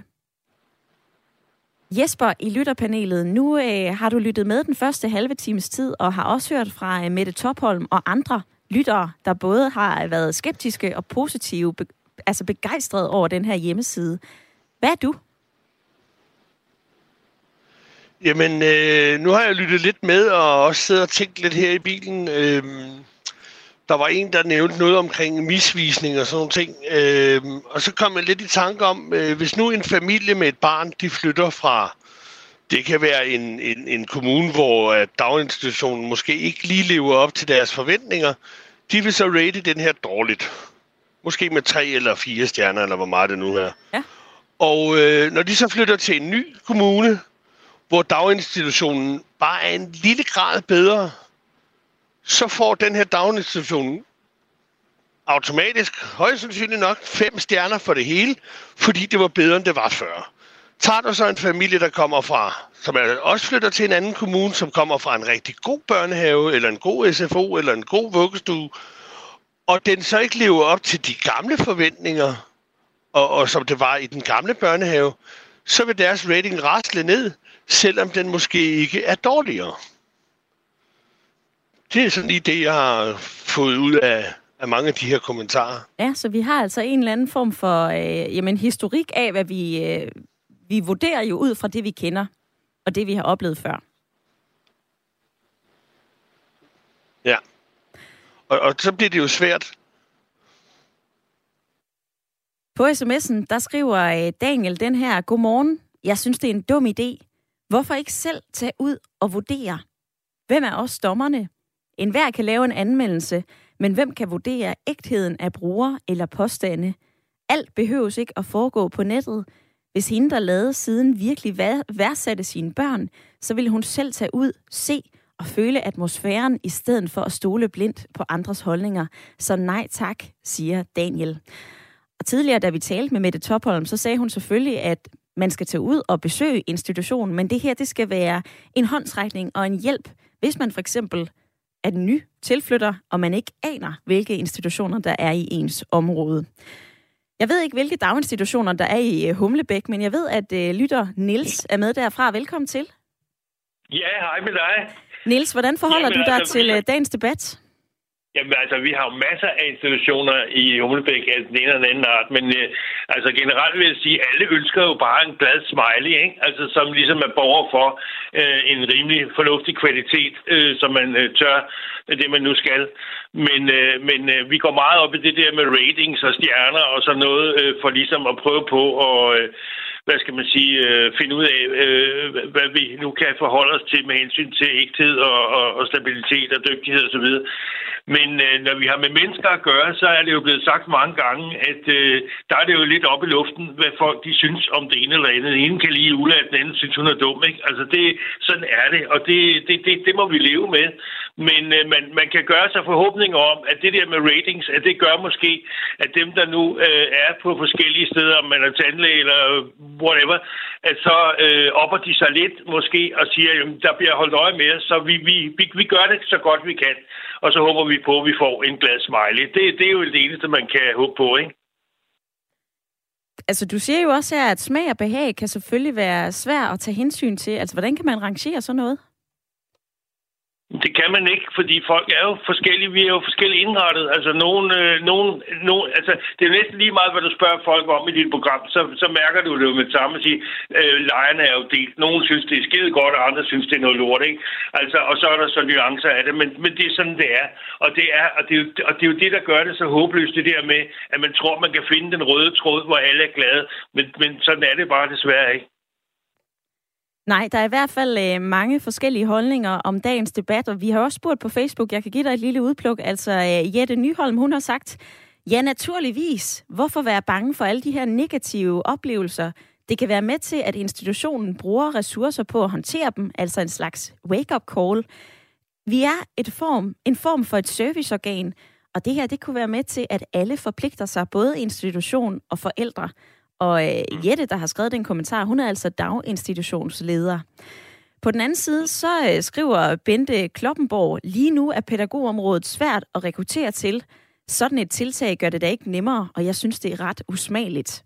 Jesper i lytterpanelet, nu øh, har du lyttet med den første halve times tid, og har også hørt fra øh, Mette Topholm og andre lyttere, der både har været skeptiske og positive, be- altså begejstrede over den her hjemmeside. Hvad er du? Jamen, øh, nu har jeg lyttet lidt med, og også siddet og tænkt lidt her i bilen. Øh, der var en, der nævnte noget omkring misvisning og sådan nogle ting. Øh, og så kom jeg lidt i tanke om, øh, hvis nu en familie med et barn, de flytter fra, det kan være en, en, en kommune, hvor øh, daginstitutionen måske ikke lige lever op til deres forventninger, de vil så rate den her dårligt. Måske med tre eller fire stjerner, eller hvor meget det nu er. Ja. Og øh, når de så flytter til en ny kommune, hvor daginstitutionen bare er en lille grad bedre, så får den her daginstitution automatisk, højst sandsynligt nok, fem stjerner for det hele, fordi det var bedre, end det var før. Tager du så en familie, der kommer fra, som er, også flytter til en anden kommune, som kommer fra en rigtig god børnehave, eller en god S F O, eller en god vuggestue, og den så ikke lever op til de gamle forventninger, og, og som det var i den gamle børnehave, så vil deres rating rasle ned, selvom den måske ikke er dårligere. Det er sådan lige det, jeg har fået ud af, af mange af de her kommentarer. Ja, så vi har altså en eller anden form for øh, jamen, historik af, hvad vi, øh, vi vurderer jo ud fra det, vi kender, og det, vi har oplevet før. Ja. Og, og så bliver det jo svært. På sms'en, der skriver Daniel den her: godmorgen, jeg synes, det er en dum idé. Hvorfor ikke selv tage ud og vurdere? Hvem er os dommerne? Enhver kan lave en anmeldelse, men hvem kan vurdere ægtheden af brugere eller påstande? Alt behøves ikke at foregå på nettet. Hvis hende, der lavede siden, virkelig værdsatte sine børn, så ville hun selv tage ud, se og føle atmosfæren, i stedet for at stole blindt på andres holdninger. Så nej tak, siger Daniel. Og tidligere, da vi talte med Mette Topholm, så sagde hun selvfølgelig, at man skal tage ud og besøge institutionen, men det her, det skal være en håndsrækning og en hjælp, hvis man for eksempel er ny tilflytter, og man ikke aner, hvilke institutioner der er i ens område. Jeg ved ikke, hvilke daginstitutioner der er i Humlebæk, men jeg ved, at uh, lytter Niels er med derfra. Velkommen til. Ja, hej med dig. Niels, hvordan forholder Jamen, du dig altså, til uh, dagens debat? Jamen altså, vi har jo masser af institutioner i Humlebæk af den ene eller den anden art, men øh, altså generelt vil jeg sige, at alle ønsker jo bare en glad smiley, ikke? Altså som ligesom er borger for øh, en rimelig fornuftig kvalitet, øh, som man øh, tør, det man nu skal. Men, øh, men øh, vi går meget op i det der med ratings og stjerner og sådan noget, øh, for ligesom at prøve på at... Øh, hvad skal man sige, øh, finde ud af, øh, hvad vi nu kan forholde os til med hensyn til ægthed og, og, og stabilitet og dygtighed osv. Men øh, når vi har med mennesker at gøre, så er det jo blevet sagt mange gange, at øh, der er det jo lidt op i luften, hvad folk de synes om det ene eller andet. Den ene kan lide Ulla, den anden synes hun er dum, ikke? Altså det, sådan er det, og det, det, det, det må vi leve med. Men øh, man, man kan gøre sig forhåbninger om, at det der med ratings, at det gør måske, at dem, der nu øh, er på forskellige steder, om man er tandlæge eller whatever, at så øh, opper de sig lidt måske og siger, at der bliver holdt øje med os, så vi, vi, vi, vi gør det så godt vi kan, og så håber vi på, at vi får en glad smiley. Det, det er jo det eneste, man kan håbe på, ikke? Altså, du siger jo også her, at smag og behag kan selvfølgelig være svært at tage hensyn til. Altså, hvordan kan man rangere sådan noget? Det kan man ikke, fordi folk er jo forskellige. Vi er jo forskelligt indrettet. Altså, nogen, øh, nogen, nogen, altså, det er jo næsten lige meget, hvad du spørger folk om i dit program. Så, så mærker du det jo med det samme at sige, øh, lejerne er jo delt. Nogen synes, det er skide godt, og andre synes, det er noget lort, ikke? Altså, og så er der så nuancer af det, men, men det er sådan, det er. Og det er, og det er, jo, og det er jo det, der gør det så håbløst, det der med, at man tror, man kan finde den røde tråd, hvor alle er glade. Men, men sådan er det bare desværre ikke. Nej, der er i hvert fald øh, mange forskellige holdninger om dagens debat, og vi har også spurgt på Facebook, jeg kan give dig et lille udpluk, altså øh, Jette Nyholm, hun har sagt, ja naturligvis, hvorfor være bange for alle de her negative oplevelser? Det kan være med til, at institutionen bruger ressourcer på at håndtere dem, altså en slags wake-up call. Vi er et form, en form for et serviceorgan, og det her det kunne være med til, at alle forpligter sig, både institution og forældre. Og øh, Jette, der har skrevet den kommentar, hun er altså daginstitutionsleder. På den anden side, så øh, skriver Bente Kloppenborg, lige nu er pædagogområdet svært at rekruttere til. Sådan et tiltag gør det da ikke nemmere, og jeg synes, det er ret usmageligt.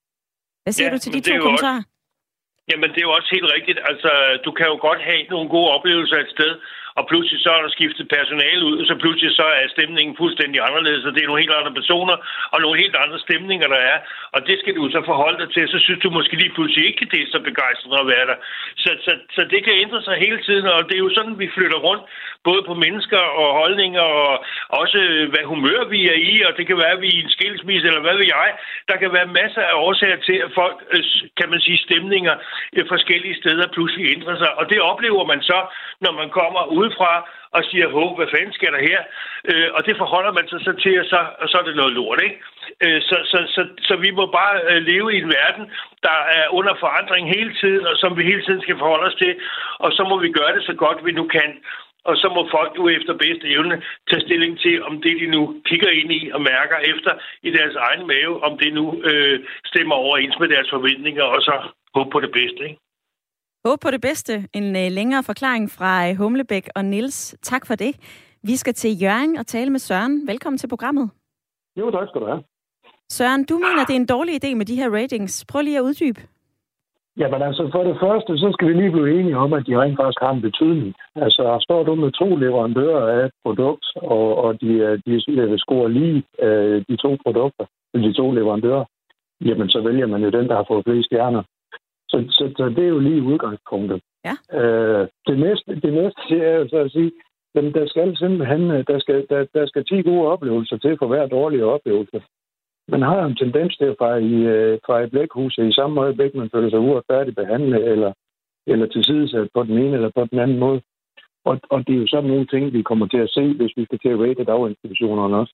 Hvad siger ja, du til de to kommentarer? Også, jamen, det er jo også helt rigtigt. Altså, du kan jo godt have nogle gode oplevelser et sted, og pludselig så er der skiftet personale ud, og så pludselig så er stemningen fuldstændig anderledes, og det er nogle helt andre personer, og nogle helt andre stemninger, der er. Og det skal du så forholde dig til, så synes du måske lige pludselig ikke, det er så begejstret at være der. Så, så, så det kan ændre sig hele tiden, og det er jo sådan, vi flytter rundt, både på mennesker og holdninger, og også hvad humør vi er i, og det kan være, at vi er i en skilsmisse, eller hvad ved jeg. Der kan være masser af årsager til, at folk, kan man sige, stemninger forskellige steder pludselig ændrer sig, og det oplever man så, når man kommer udefra og siger, hov, hvad fanden sker der her? Øh, og det forholder man sig så til, og så, og så er det noget lort, ikke? Øh, så, så, så, så vi må bare øh, leve i en verden, der er under forandring hele tiden, og som vi hele tiden skal forholde os til, og så må vi gøre det så godt, vi nu kan. Og så må folk jo efter bedste evne tage stilling til, om det, de nu kigger ind i og mærker efter i deres egen mave, om det nu øh, stemmer overens med deres forventninger, og så håbe på det bedste, ikke? Håb på det bedste. En øh, længere forklaring fra øh, Humlebæk og Niels. Tak for det. Vi skal til Hjørring og tale med Søren. Velkommen til programmet. Jo, tak skal du have. Søren, du mener, det er en dårlig idé med de her ratings. Prøv lige at uddybe. Jamen altså, for det første, så skal vi lige blive enige om, at de rent faktisk har en betydning. Altså, står du med to leverandører af et produkt, og, og de, de scorer lige de to produkter, de to leverandører, jamen så vælger man jo den, der har fået flest stjerner. Så, så, så det er jo lige udgangspunktet. Ja. Øh, det næste, det næste det er jo så at sige, at der skal simpelthen der skal, der, der skal ti gode oplevelser til for hver dårlige oplevelse. Man har en tendens til at fare i, fra et blækhus i samme øjeblik, man føler sig uretfærdigt behandlet, eller, eller tilsidesat på den ene eller på den anden måde. Og, og det er jo sådan nogle ting, vi kommer til at se, hvis vi skal til at rate daginstitutionerne også.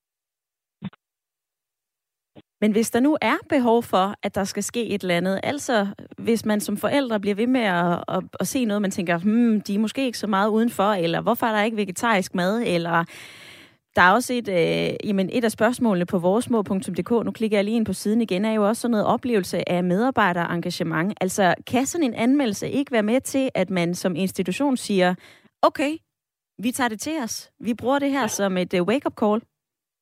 Men hvis der nu er behov for, at der skal ske et eller andet, altså hvis man som forældre bliver ved med at, at, at se noget, man tænker, hmm, de er måske ikke så meget udenfor, eller hvorfor er der ikke vegetarisk mad, eller der er også et, øh, jamen et af spørgsmålene på voresmå punktum d k, nu klikker jeg lige ind på siden igen, er jo også sådan noget oplevelse af medarbejderengagement. Altså kan sådan en anmeldelse ikke være med til, at man som institution siger, okay, vi tager det til os, vi bruger det her som et uh, wake-up call?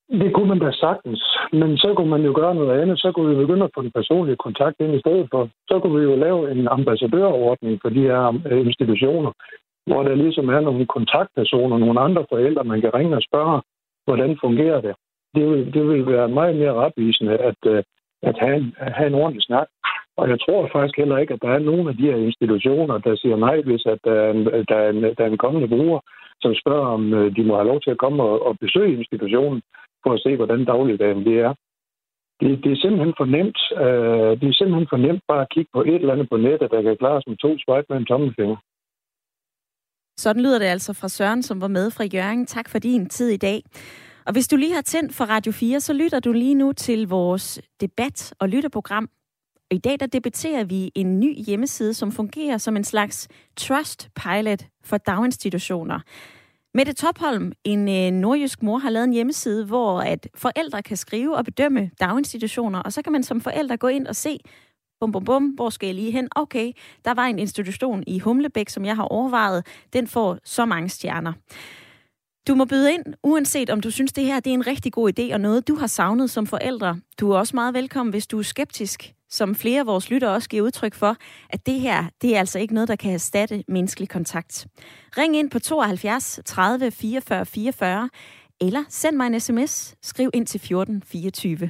Det kunne man da sagtens, men så kunne man jo gøre noget andet. Så kunne vi begynde at få den personlige kontakt ind i stedet for. Så kunne vi jo lave en ambassadørordning for de her institutioner, hvor der ligesom er nogle kontaktpersoner, nogle andre forældre, man kan ringe og spørge, hvordan fungerer det. Det vil, det vil være meget mere retvisende at, at, have, en, at have en ordentlig snak. Og jeg tror faktisk heller ikke, at der er nogen af de her institutioner, der siger nej, hvis at der er en, der er en, der er en kommende bruger, som spørger, om de må have lov til at komme og, og besøge institutionen, for at se, hvordan dagligdagen det er. Det, det er simpelthen for nemt. Øh, det er simpelthen for nemt bare at kigge på et eller andet på nettet, der kan klares med to swipe med en tommelfinger. Sådan lyder det altså fra Søren, som var med fra Hjørring. Tak for din tid i dag. Og hvis du lige har tændt for Radio fire, så lytter du lige nu til vores debat- og lytterprogram. I dag der debatterer vi en ny hjemmeside, som fungerer som en slags Trustpilot for daginstitutioner. Mette Topholm, en øh, nordjysk mor, har lavet en hjemmeside, hvor at forældre kan skrive og bedømme daginstitutioner, og så kan man som forældre gå ind og se, bum, bum, bum, hvor skal jeg lige hen? Okay, der var en institution i Humlebæk, som jeg har overvejet. Den får så mange stjerner. Du må byde ind, uanset om du synes, det her det er en rigtig god idé og noget, du har savnet som forældre. Du er også meget velkommen, hvis du er skeptisk, som flere af vores lyttere også giver udtryk for, at det her, det er altså ikke noget, der kan erstatte menneskelig kontakt. Ring ind på tooghalvfjerds tredive fireogfyrre fireogfyrre, eller send mig en sms. Skriv ind til fjorten fireogtyve.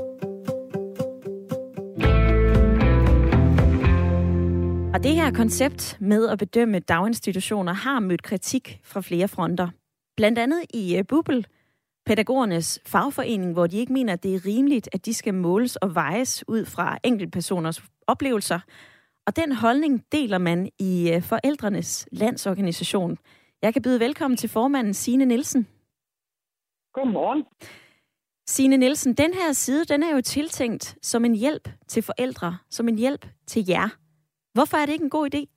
Og det her koncept med at bedømme daginstitutioner har mødt kritik fra flere fronter. Blandt andet i BUPL, pædagogernes fagforening, hvor de ikke mener, at det er rimeligt, at de skal måles og vejes ud fra enkeltpersoners oplevelser. Og den holdning deler man i Forældrenes Landsorganisation. Jeg kan byde velkommen til formanden Signe Nielsen. Godmorgen. Signe Nielsen, den her side, den er jo tiltænkt som en hjælp til forældre, som en hjælp til jer. Hvorfor er det ikke en god idé?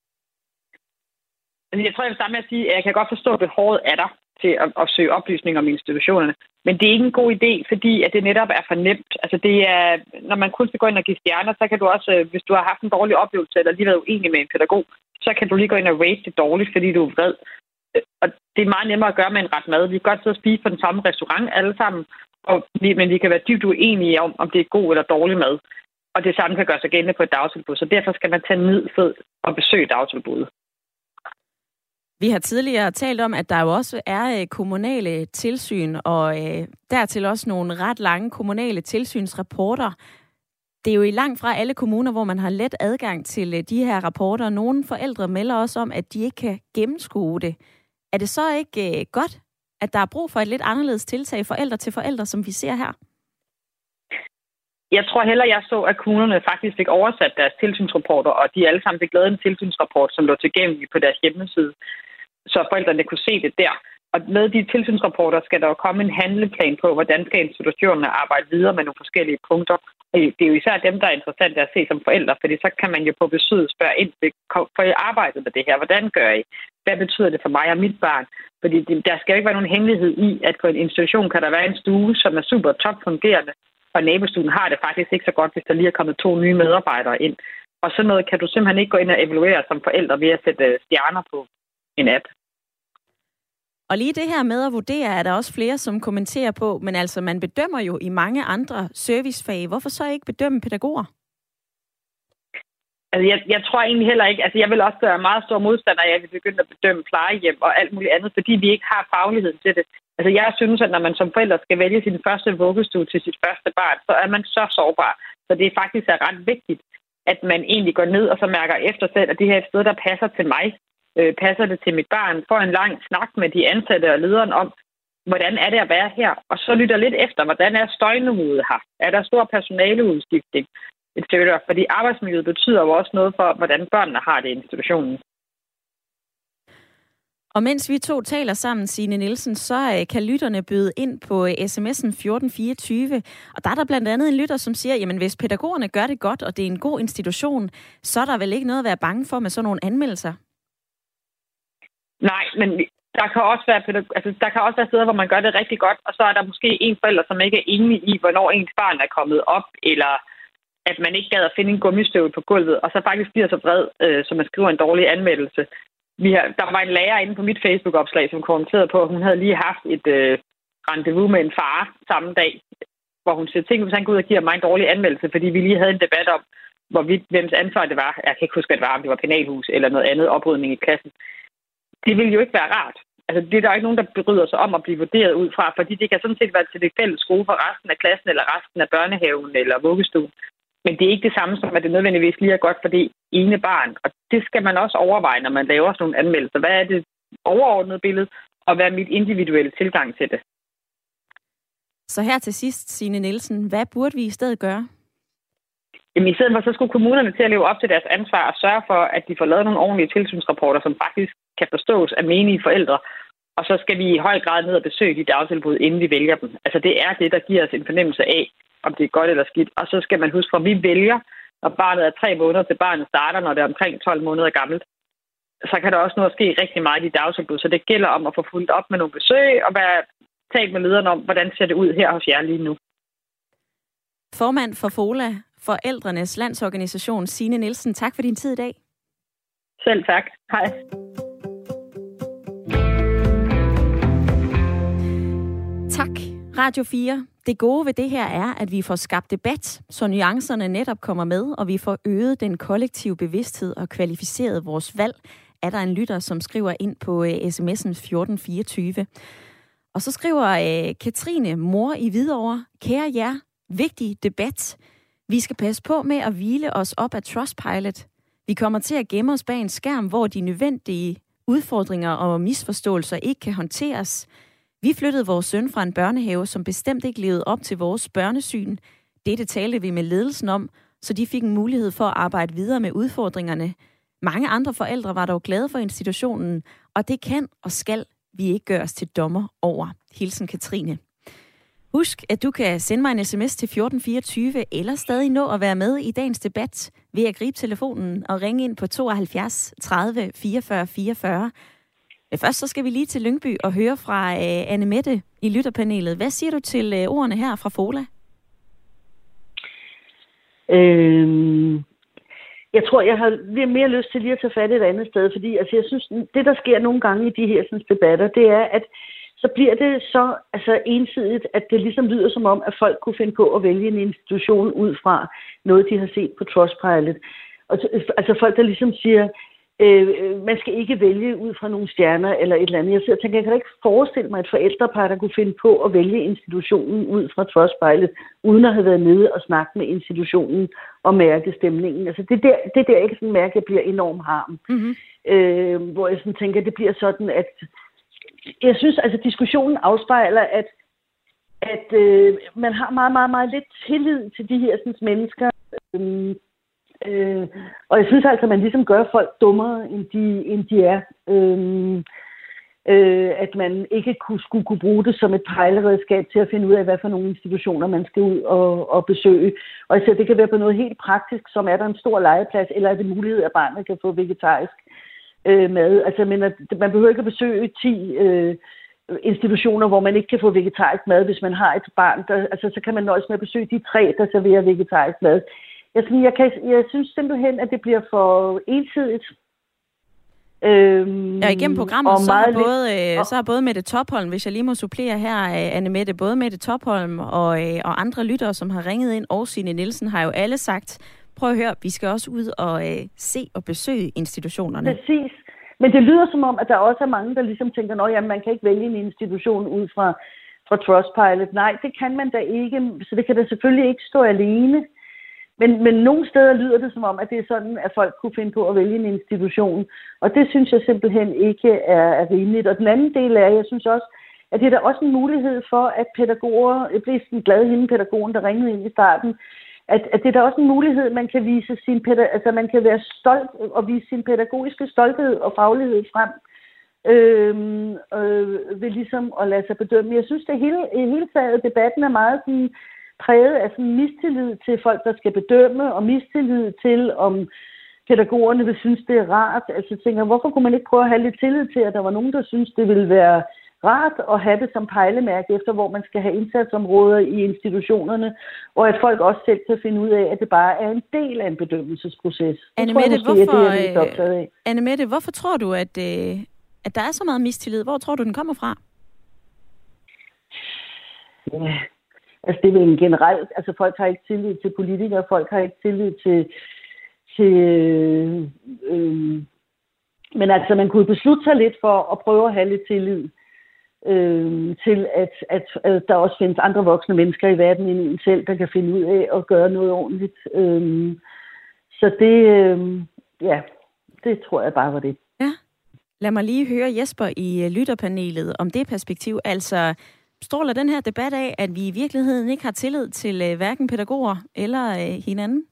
Jeg tror, jeg vil starte med at sige, at jeg kan godt forstå, at behovet er der til at, at søge oplysninger om institutionerne. Men det er ikke en god idé, fordi at det netop er for nemt. Altså det er, når man kun skal gå ind og give stjerner, så kan du også, hvis du har haft en dårlig oplevelse, eller lige været uenig med en pædagog, så kan du lige gå ind og rate det dårligt, fordi du er vred. Og det er meget nemmere at gøre med en ret mad. Vi kan godt sidde og spise på den samme restaurant alle sammen, og vi, men vi kan være dybt uenige om, om det er god eller dårlig mad. Og det samme kan gøre sig gældende på et dagtilbud. Så derfor skal man tage ned og besøge dagtilbuddet. Vi har tidligere talt om, at der jo også er kommunale tilsyn, og øh, dertil også nogle ret lange kommunale tilsynsrapporter. Det er jo i langt fra alle kommuner, hvor man har let adgang til øh, de her rapporter. Nogle forældre melder også om, at de ikke kan gennemskue det. Er det så ikke øh, godt, at der er brug for et lidt anderledes tiltag forældre til forældre, som vi ser her? Jeg tror heller, jeg så, at kommunerne faktisk fik oversat deres tilsynsrapporter, og de alle sammen fik lavet en tilsynsrapport, som lå tilgængelig på deres hjemmeside, så forældrene kunne se det der. Og med de tilsynsrapporter skal der jo komme en handleplan på, hvordan skal institutionerne arbejde videre med nogle forskellige punkter. Og det er jo især dem, der er interessant at se som forældre, fordi så kan man jo på besøget spørge ind, for I arbejdet med det her, hvordan gør I? Hvad betyder det for mig og mit barn? Fordi der skal jo ikke være nogen hemmelighed i, at på en institution kan der være en stue, som er super top fungerende, og nabostuen har det faktisk ikke så godt, hvis der lige er kommet to nye medarbejdere ind. Og sådan noget kan du simpelthen ikke gå ind og evaluere som forældre ved at sætte stjerner på en app. Og lige det her med at vurdere, er der også flere, som kommenterer på, men altså man bedømmer jo i mange andre servicefag. Hvorfor så ikke bedømme pædagoger? Altså jeg, jeg tror egentlig heller ikke, altså jeg vil også være meget stor modstander af, at vi begynder at bedømme plejehjem og alt muligt andet, fordi vi ikke har fagligheden til det. Altså jeg synes, at når man som forælder skal vælge sin første vuggestue til sit første barn, så er man så sårbar. Så det er faktisk er ret vigtigt, at man egentlig går ned og så mærker efter selv, at det her er et sted, der passer til mig. Øh, passer det til mit barn? Får en lang snak med de ansatte og lederen om, hvordan er det at være her? Og så lytter lidt efter, hvordan er støjniveauet her? Er der stor personaleudskiftning? Fordi arbejdsmiljøet betyder jo også noget for, hvordan børnene har det i institutionen. Og mens vi to taler sammen, Signe Nielsen, så kan lytterne byde ind på sms'en fjorten fireogtyve. Og der er der blandt andet en lytter, som siger, jamen hvis pædagogerne gør det godt, og det er en god institution, så er der vel ikke noget at være bange for med sådan nogle anmeldelser? Nej, men der kan også være, altså, der kan også være steder, hvor man gør det rigtig godt, og så er der måske en forælder, som ikke er enig i, hvornår ens barn er kommet op, eller at man ikke gad at finde en gummistøvle på gulvet, og så faktisk bliver så vred, øh, så man skriver en dårlig anmeldelse. Vi har, der var en lærer inde på mit Facebook-opslag, som kommenterede på, at hun havde lige haft et, øh, rendezvous med en far samme dag, hvor hun siger, tænk, hvis han går ud og giver mig en dårlig anmeldelse, fordi vi lige havde en debat om, hvorvidt, hvems ansvar det var. Jeg kan ikke huske, at det var, om det var penalhus eller noget andet oprydning i klassen. Det ville jo ikke være rart. Altså, det er der ikke nogen, der bryder sig om at blive vurderet ud fra, fordi det kan sådan set være til det fælles skole for resten af klassen, eller resten af børnehaven, eller vuggestuen. Men det er ikke det samme som, at det nødvendigvis lige er godt for det ene barn. Og det skal man også overveje, når man laver sådan nogle anmeldelser. Hvad er det overordnede billede, og hvad er mit individuelle tilgang til det? Så her til sidst, Signe Nielsen, hvad burde vi i stedet gøre? Jamen, i stedet for, så skulle kommunerne til at leve op til deres ansvar og sørge for, at de får lavet nogle ordentlige tilsynsrapporter, som faktisk kan forstås af menige forældre. Og så skal vi i høj grad ned og besøge de dagtilbud, inden vi vælger dem. Altså, det er det, der giver os en fornemmelse af, om det er godt eller skidt. Og så skal man huske, at vi vælger, når barnet er tre måneder til barnet starter, når det er omkring tolv måneder gammelt. Så kan der også nå at ske rigtig meget i de dagtilbud. Så det gælder om at få fulgt op med nogle besøg og være talt med lederne om, hvordan ser det ud her hos jer lige nu. Formand for FOLA, Forældrenes Landsorganisation, Signe Nielsen. Tak for din tid i dag. Selv tak. Hej. Tak, Radio fire. Det gode ved det her er, at vi får skabt debat, så nuancerne netop kommer med, og vi får øget den kollektive bevidsthed og kvalificeret vores valg, er der en lytter, som skriver ind på sms'en fjorten fireogtyve. Og så skriver øh, Katrine, mor i Hvidovre, kære jer, vigtig debat. Vi skal passe på med at hvile os op af Trustpilot. Vi kommer til at gemme os bag en skærm, hvor de nødvendige udfordringer og misforståelser ikke kan håndteres. Vi flyttede vores søn fra en børnehave, som bestemt ikke levede op til vores børnesyn. Dette talte vi med ledelsen om, så de fik en mulighed for at arbejde videre med udfordringerne. Mange andre forældre var dog glade for institutionen, og det kan og skal vi ikke gøre os til dommer over. Hilsen Katrine. Husk, at du kan sende mig en sms til fjorten fireogtyve, eller stadig nå at være med i dagens debat ved at gribe telefonen og ringe ind på tooghalvfjerds tredive fireogfyrre fireogfyrre. Men først så skal vi lige til Lyngby og høre fra uh, Anne Mette i lytterpanelet. Hvad siger du til uh, ordene her fra FOLA? Øhm, jeg tror, jeg har mere lyst til lige at tage fat et andet sted, fordi altså, jeg synes, det der sker nogle gange i de her sådan, debatter, det er, at så bliver det så altså, ensidigt, at det ligesom lyder som om, at folk kunne finde på at vælge en institution ud fra noget, de har set på Trustpilot. Og, altså folk, der ligesom siger, øh, man skal ikke vælge ud fra nogle stjerner eller et eller andet. Jeg sidder og tænker, jeg kan ikke forestille mig et forældrepar, der kunne finde på at vælge institutionen ud fra Trustpilot, uden at have været nede og snakke med institutionen og mærke stemningen. Altså det der, det der ikke sådan mærke, at jeg bliver enormt harm. Mm-hmm. Øh, hvor jeg sådan tænker, at det bliver sådan, at jeg synes, altså diskussionen afspejler, at, at øh, man har meget, meget, meget lidt tillid til de her sådan, mennesker. Øh, øh, og jeg synes altså, at man ligesom gør folk dummere, end de, end de er. Øh, øh, at man ikke kunne, skulle kunne bruge det som et pejleredskab til at finde ud af, hvad for nogle institutioner man skal ud og, og besøge. Og jeg siger, det kan være på noget helt praktisk, som er der en stor legeplads, eller er det mulighed, at barnet kan få vegetarisk øh, mad. Altså, men at, man behøver ikke at besøge ti øh, institutioner, hvor man ikke kan få vegetarisk mad, hvis man har et barn. Der, altså, så kan man nøjes med at besøge de tre, der serverer vegetarisk mad. Jeg, jeg, kan, jeg synes simpelthen, at det bliver for ensidigt. Øhm, ja, igennem programmet, så har, både, øh, så har både Mette Topholm, hvis jeg lige må supplere her, øh, Anne Mette, både Mette Topholm og, øh, og andre lyttere, som har ringet ind, og Signe Nielsen, har jo alle sagt, prøv at høre, vi skal også ud og øh, se og besøge institutionerne. Præcis. Men det lyder som om, at der også er mange, der ligesom tænker, at jamen, man kan ikke vælge en institution ud fra, fra Trustpilot. Nej, det kan man da ikke, så det kan da selvfølgelig ikke stå alene. Men, men nogle steder lyder det som om, at det er sådan, at folk kunne finde på at vælge en institution. Og det synes jeg simpelthen ikke er, er rimeligt. Og den anden del er, jeg synes også, at det er der også en mulighed for, at pædagoger, jeg blev sådan glad hende pædagogen, der ringede ind i starten, at, at det er der også en mulighed, man kan vise sin pædag- altså man kan være stolt og vise sin pædagogiske stolthed og faglighed frem. Øhm, øh, ved ligesom at lade sig bedømme. Jeg synes, det hele, hele taget debatten er meget sådan præget af sådan mistillid til folk, der skal bedømme, og mistillid til, om pædagogerne vil synes, det er rart. Altså jeg tænker, hvorfor kunne man ikke prøve at have lidt tillid til, at der var nogen, der synes, det ville være rart at have det som pejlemærke efter, hvor man skal have indsatsområder i institutionerne, og at folk også selv kan finde ud af, at det bare er en del af en bedømmelsesproces. Anne Mette, hvorfor, det, Anne Mette, hvorfor tror du, at, at der er så meget mistillid? Hvor tror du, den kommer fra? Ja, altså det er vel generelt, altså folk har ikke tillid til politikere, folk har ikke tillid til, til øh, øh, men altså man kunne beslutte sig lidt for at prøve at have lidt tillid øh, til, at, at, at der også findes andre voksne mennesker i verden end en selv, der kan finde ud af at gøre noget ordentligt. Øh, så det, øh, ja, det tror jeg bare var det. Ja. Lad mig lige høre Jesper i lytterpanelet om det perspektiv. Altså, stråler den her debat af, at vi i virkeligheden ikke har tillid til uh, hverken pædagoger eller uh, hinanden?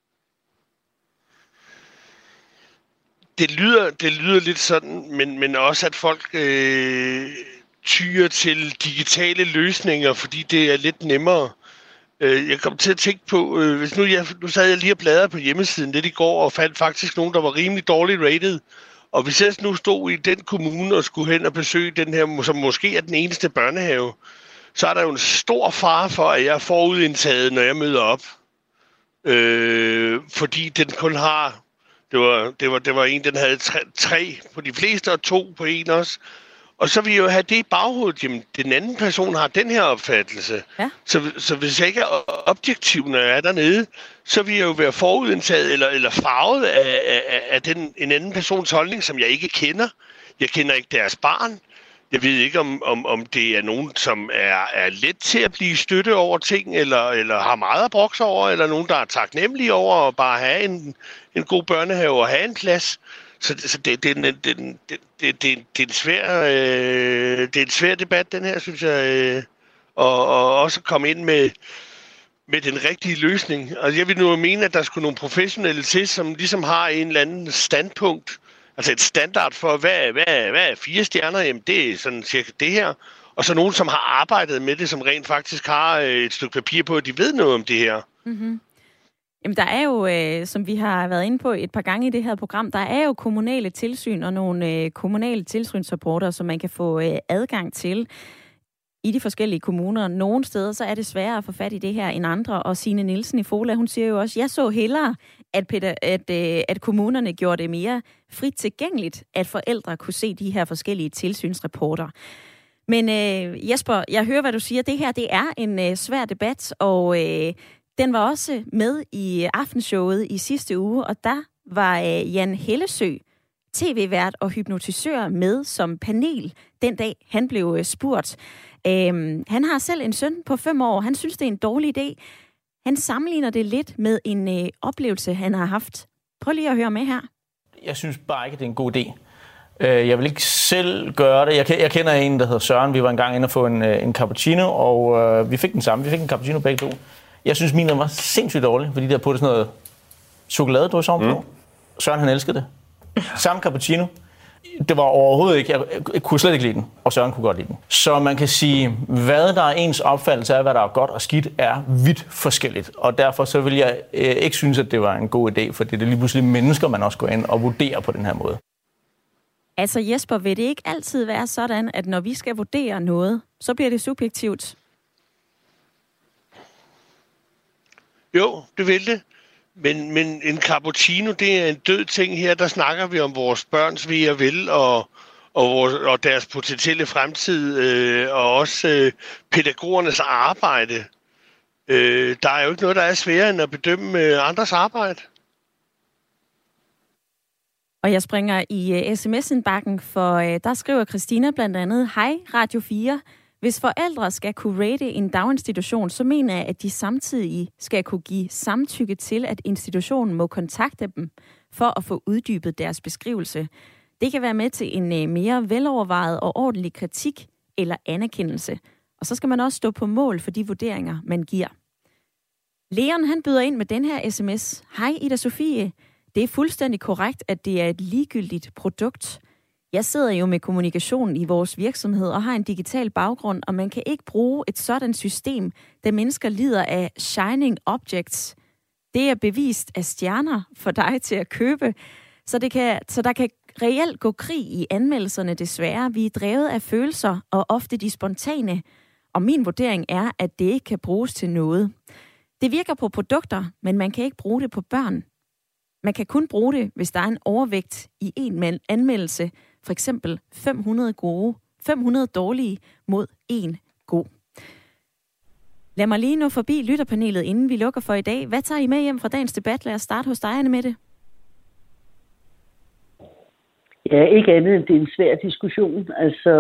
Det lyder, det lyder lidt sådan, men, men også at folk øh, tyrer til digitale løsninger, fordi det er lidt nemmere. Øh, jeg kom til at tænke på, øh, hvis nu, jeg, nu sad jeg lige og bladrede på hjemmesiden lidt i går, og fandt faktisk nogen, der var rimelig dårligt rated. Og hvis jeg nu stod i den kommune og skulle hen og besøge den her, som måske er den eneste børnehave, så er der jo en stor fare for, at jeg er forudindtaget, når jeg møder op. Øh, fordi den kun har, det var, det var, det var en, den havde tre, tre på de fleste og to på en også. Og så vil jeg jo have det i baghovedet, jamen den anden person har den her opfattelse. Ja. Så, så hvis jeg ikke er objektiv, når jeg er dernede, så vil jeg jo være forudindtaget eller, eller farvet af, af, af den, en anden persons holdning, som jeg ikke kender. Jeg kender ikke deres barn. Jeg ved ikke, om, om, om det er nogen, som er, er let til at blive støtte over ting, eller, eller har meget at brokse over, eller nogen, der er taknemmelige over at bare have en, en god børnehave og have en plads. Så, så det, det, det, det, det, det, det, det er en svær, øh, det er en svær debat, den her, synes jeg, øh, og, og også komme ind med, med den rigtige løsning. Altså, jeg vil nu mene, at der skulle nogle professionelle til, som ligesom har en eller anden standpunkt, altså et standard for, hvad, hvad, hvad er fire stjerner? Jamen, det er sådan cirka det her. Og så nogen, som har arbejdet med det, som rent faktisk har et stykke papir på, at de ved noget om det her. Mm-hmm. Jamen, der er jo, øh, som vi har været inde på et par gange i det her program, der er jo kommunale tilsyn og nogle øh, kommunale tilsynsrapporter, som man kan få øh, adgang til i de forskellige kommuner. Nogle steder, så er det sværere at få fat i det her end andre. Og Signe Nielsen i Fola, hun siger jo også, jeg så hellere, at, at, øh, at kommunerne gjorde det mere frit tilgængeligt, at forældre kunne se de her forskellige tilsynsrapporter. Men øh, Jesper, jeg hører, hvad du siger. Det her, det er en øh, svær debat, og øh, den var også med i aftenshowet i sidste uge, og der var øh, Jan Hellesø, tv-vært og hypnotisør, med som panel den dag, han blev øh, spurgt. Øhm, han har selv en søn på fem år. Han synes, det er en dårlig idé. Han sammenligner det lidt med en øh, oplevelse, han har haft. Prøv lige at høre med her. Jeg synes bare ikke, det er en god idé. Jeg vil ikke selv gøre det. Jeg kender en, der hedder Søren. Vi var engang inde og få en, en cappuccino, og øh, vi fik den samme. Vi fik en cappuccino begge to. Jeg synes, min var sindssygt dårlig, fordi der puttede sådan noget chokoladedrys ovenpå. Mm. Søren, han elskede det. Samme cappuccino. Det var overhovedet ikke, jeg, jeg kunne slet ikke lide den, og Søren kunne godt lide den. Så man kan sige, hvad der er ens opfattelse af, hvad der er godt og skidt, er vidt forskelligt. Og derfor så vil jeg øh, ikke synes, at det var en god idé, for det er lige pludselig mennesker, man også går ind og vurderer på den her måde. Altså Jesper, vil det ikke altid være sådan, at når vi skal vurdere noget, så bliver det subjektivt? Jo, det vil det. Men, men en cappuccino, det er en død ting her. Der snakker vi om vores børns ve og vel og, og, vores, og deres potentielle fremtid, øh, og også øh, pædagogernes arbejde. Øh, der er jo ikke noget, der er sværere end at bedømme øh, andres arbejde. Og jeg springer i uh, sms-indbakken, for uh, der skriver Christina blandt andet, hej Radio fire. Hvis forældre skal kunne rate en daginstitution, så mener jeg, at de samtidig skal kunne give samtykke til, at institutionen må kontakte dem for at få uddybet deres beskrivelse. Det kan være med til en mere velovervejet og ordentlig kritik eller anerkendelse. Og så skal man også stå på mål for de vurderinger, man giver. Leon, han byder ind med den her sms. Hej Ida Sofie. Det er fuldstændig korrekt, at det er et ligegyldigt produkt. Jeg sidder jo med kommunikation i vores virksomhed og har en digital baggrund, og man kan ikke bruge et sådan system, da mennesker lider af shining objects. Det er bevist af stjerner for dig til at købe, så, det kan, så der kan reelt gå krig i anmeldelserne desværre. Vi er drevet af følelser, og ofte de spontane, og min vurdering er, at det ikke kan bruges til noget. Det virker på produkter, men man kan ikke bruge det på børn. Man kan kun bruge det, hvis der er en overvægt i en anmeldelse, for eksempel fem hundrede gode, fem hundrede dårlige mod en god. Lad mig lige nå forbi lytterpanelet, inden vi lukker for i dag. Hvad tager I med hjem fra dagens debat? Lad os starte hos dig, Annemette. Ja, ikke andet end det er en svær diskussion. Altså,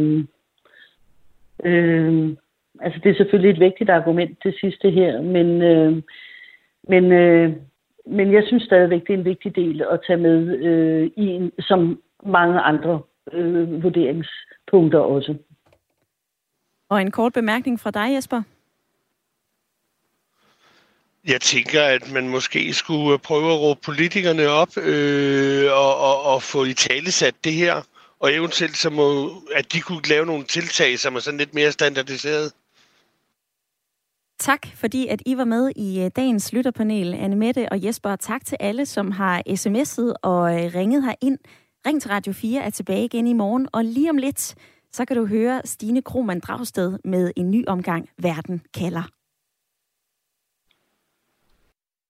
øh, altså det er selvfølgelig et vigtigt argument, det sidste her, men, øh, men, øh, men jeg synes stadigvæk, det er en vigtig del at tage med øh, i en, som mange andre øh, vurderingspunkter også. Og en kort bemærkning fra dig, Jesper. Jeg tænker, at man måske skulle prøve at råbe politikerne op øh, og, og, og få i talesat det her. Og eventuelt, så må, at de kunne lave nogle tiltag, som er sådan lidt mere standardiseret. Tak, fordi at I var med i dagens lytterpanel, Annemette og Jesper. Tak til alle, som har sms'et og ringet herind. Ring til Radio fire er tilbage igen i morgen. Og lige om lidt, så kan du høre Stine Krohmann Dragsted med en ny omgang Verden kalder.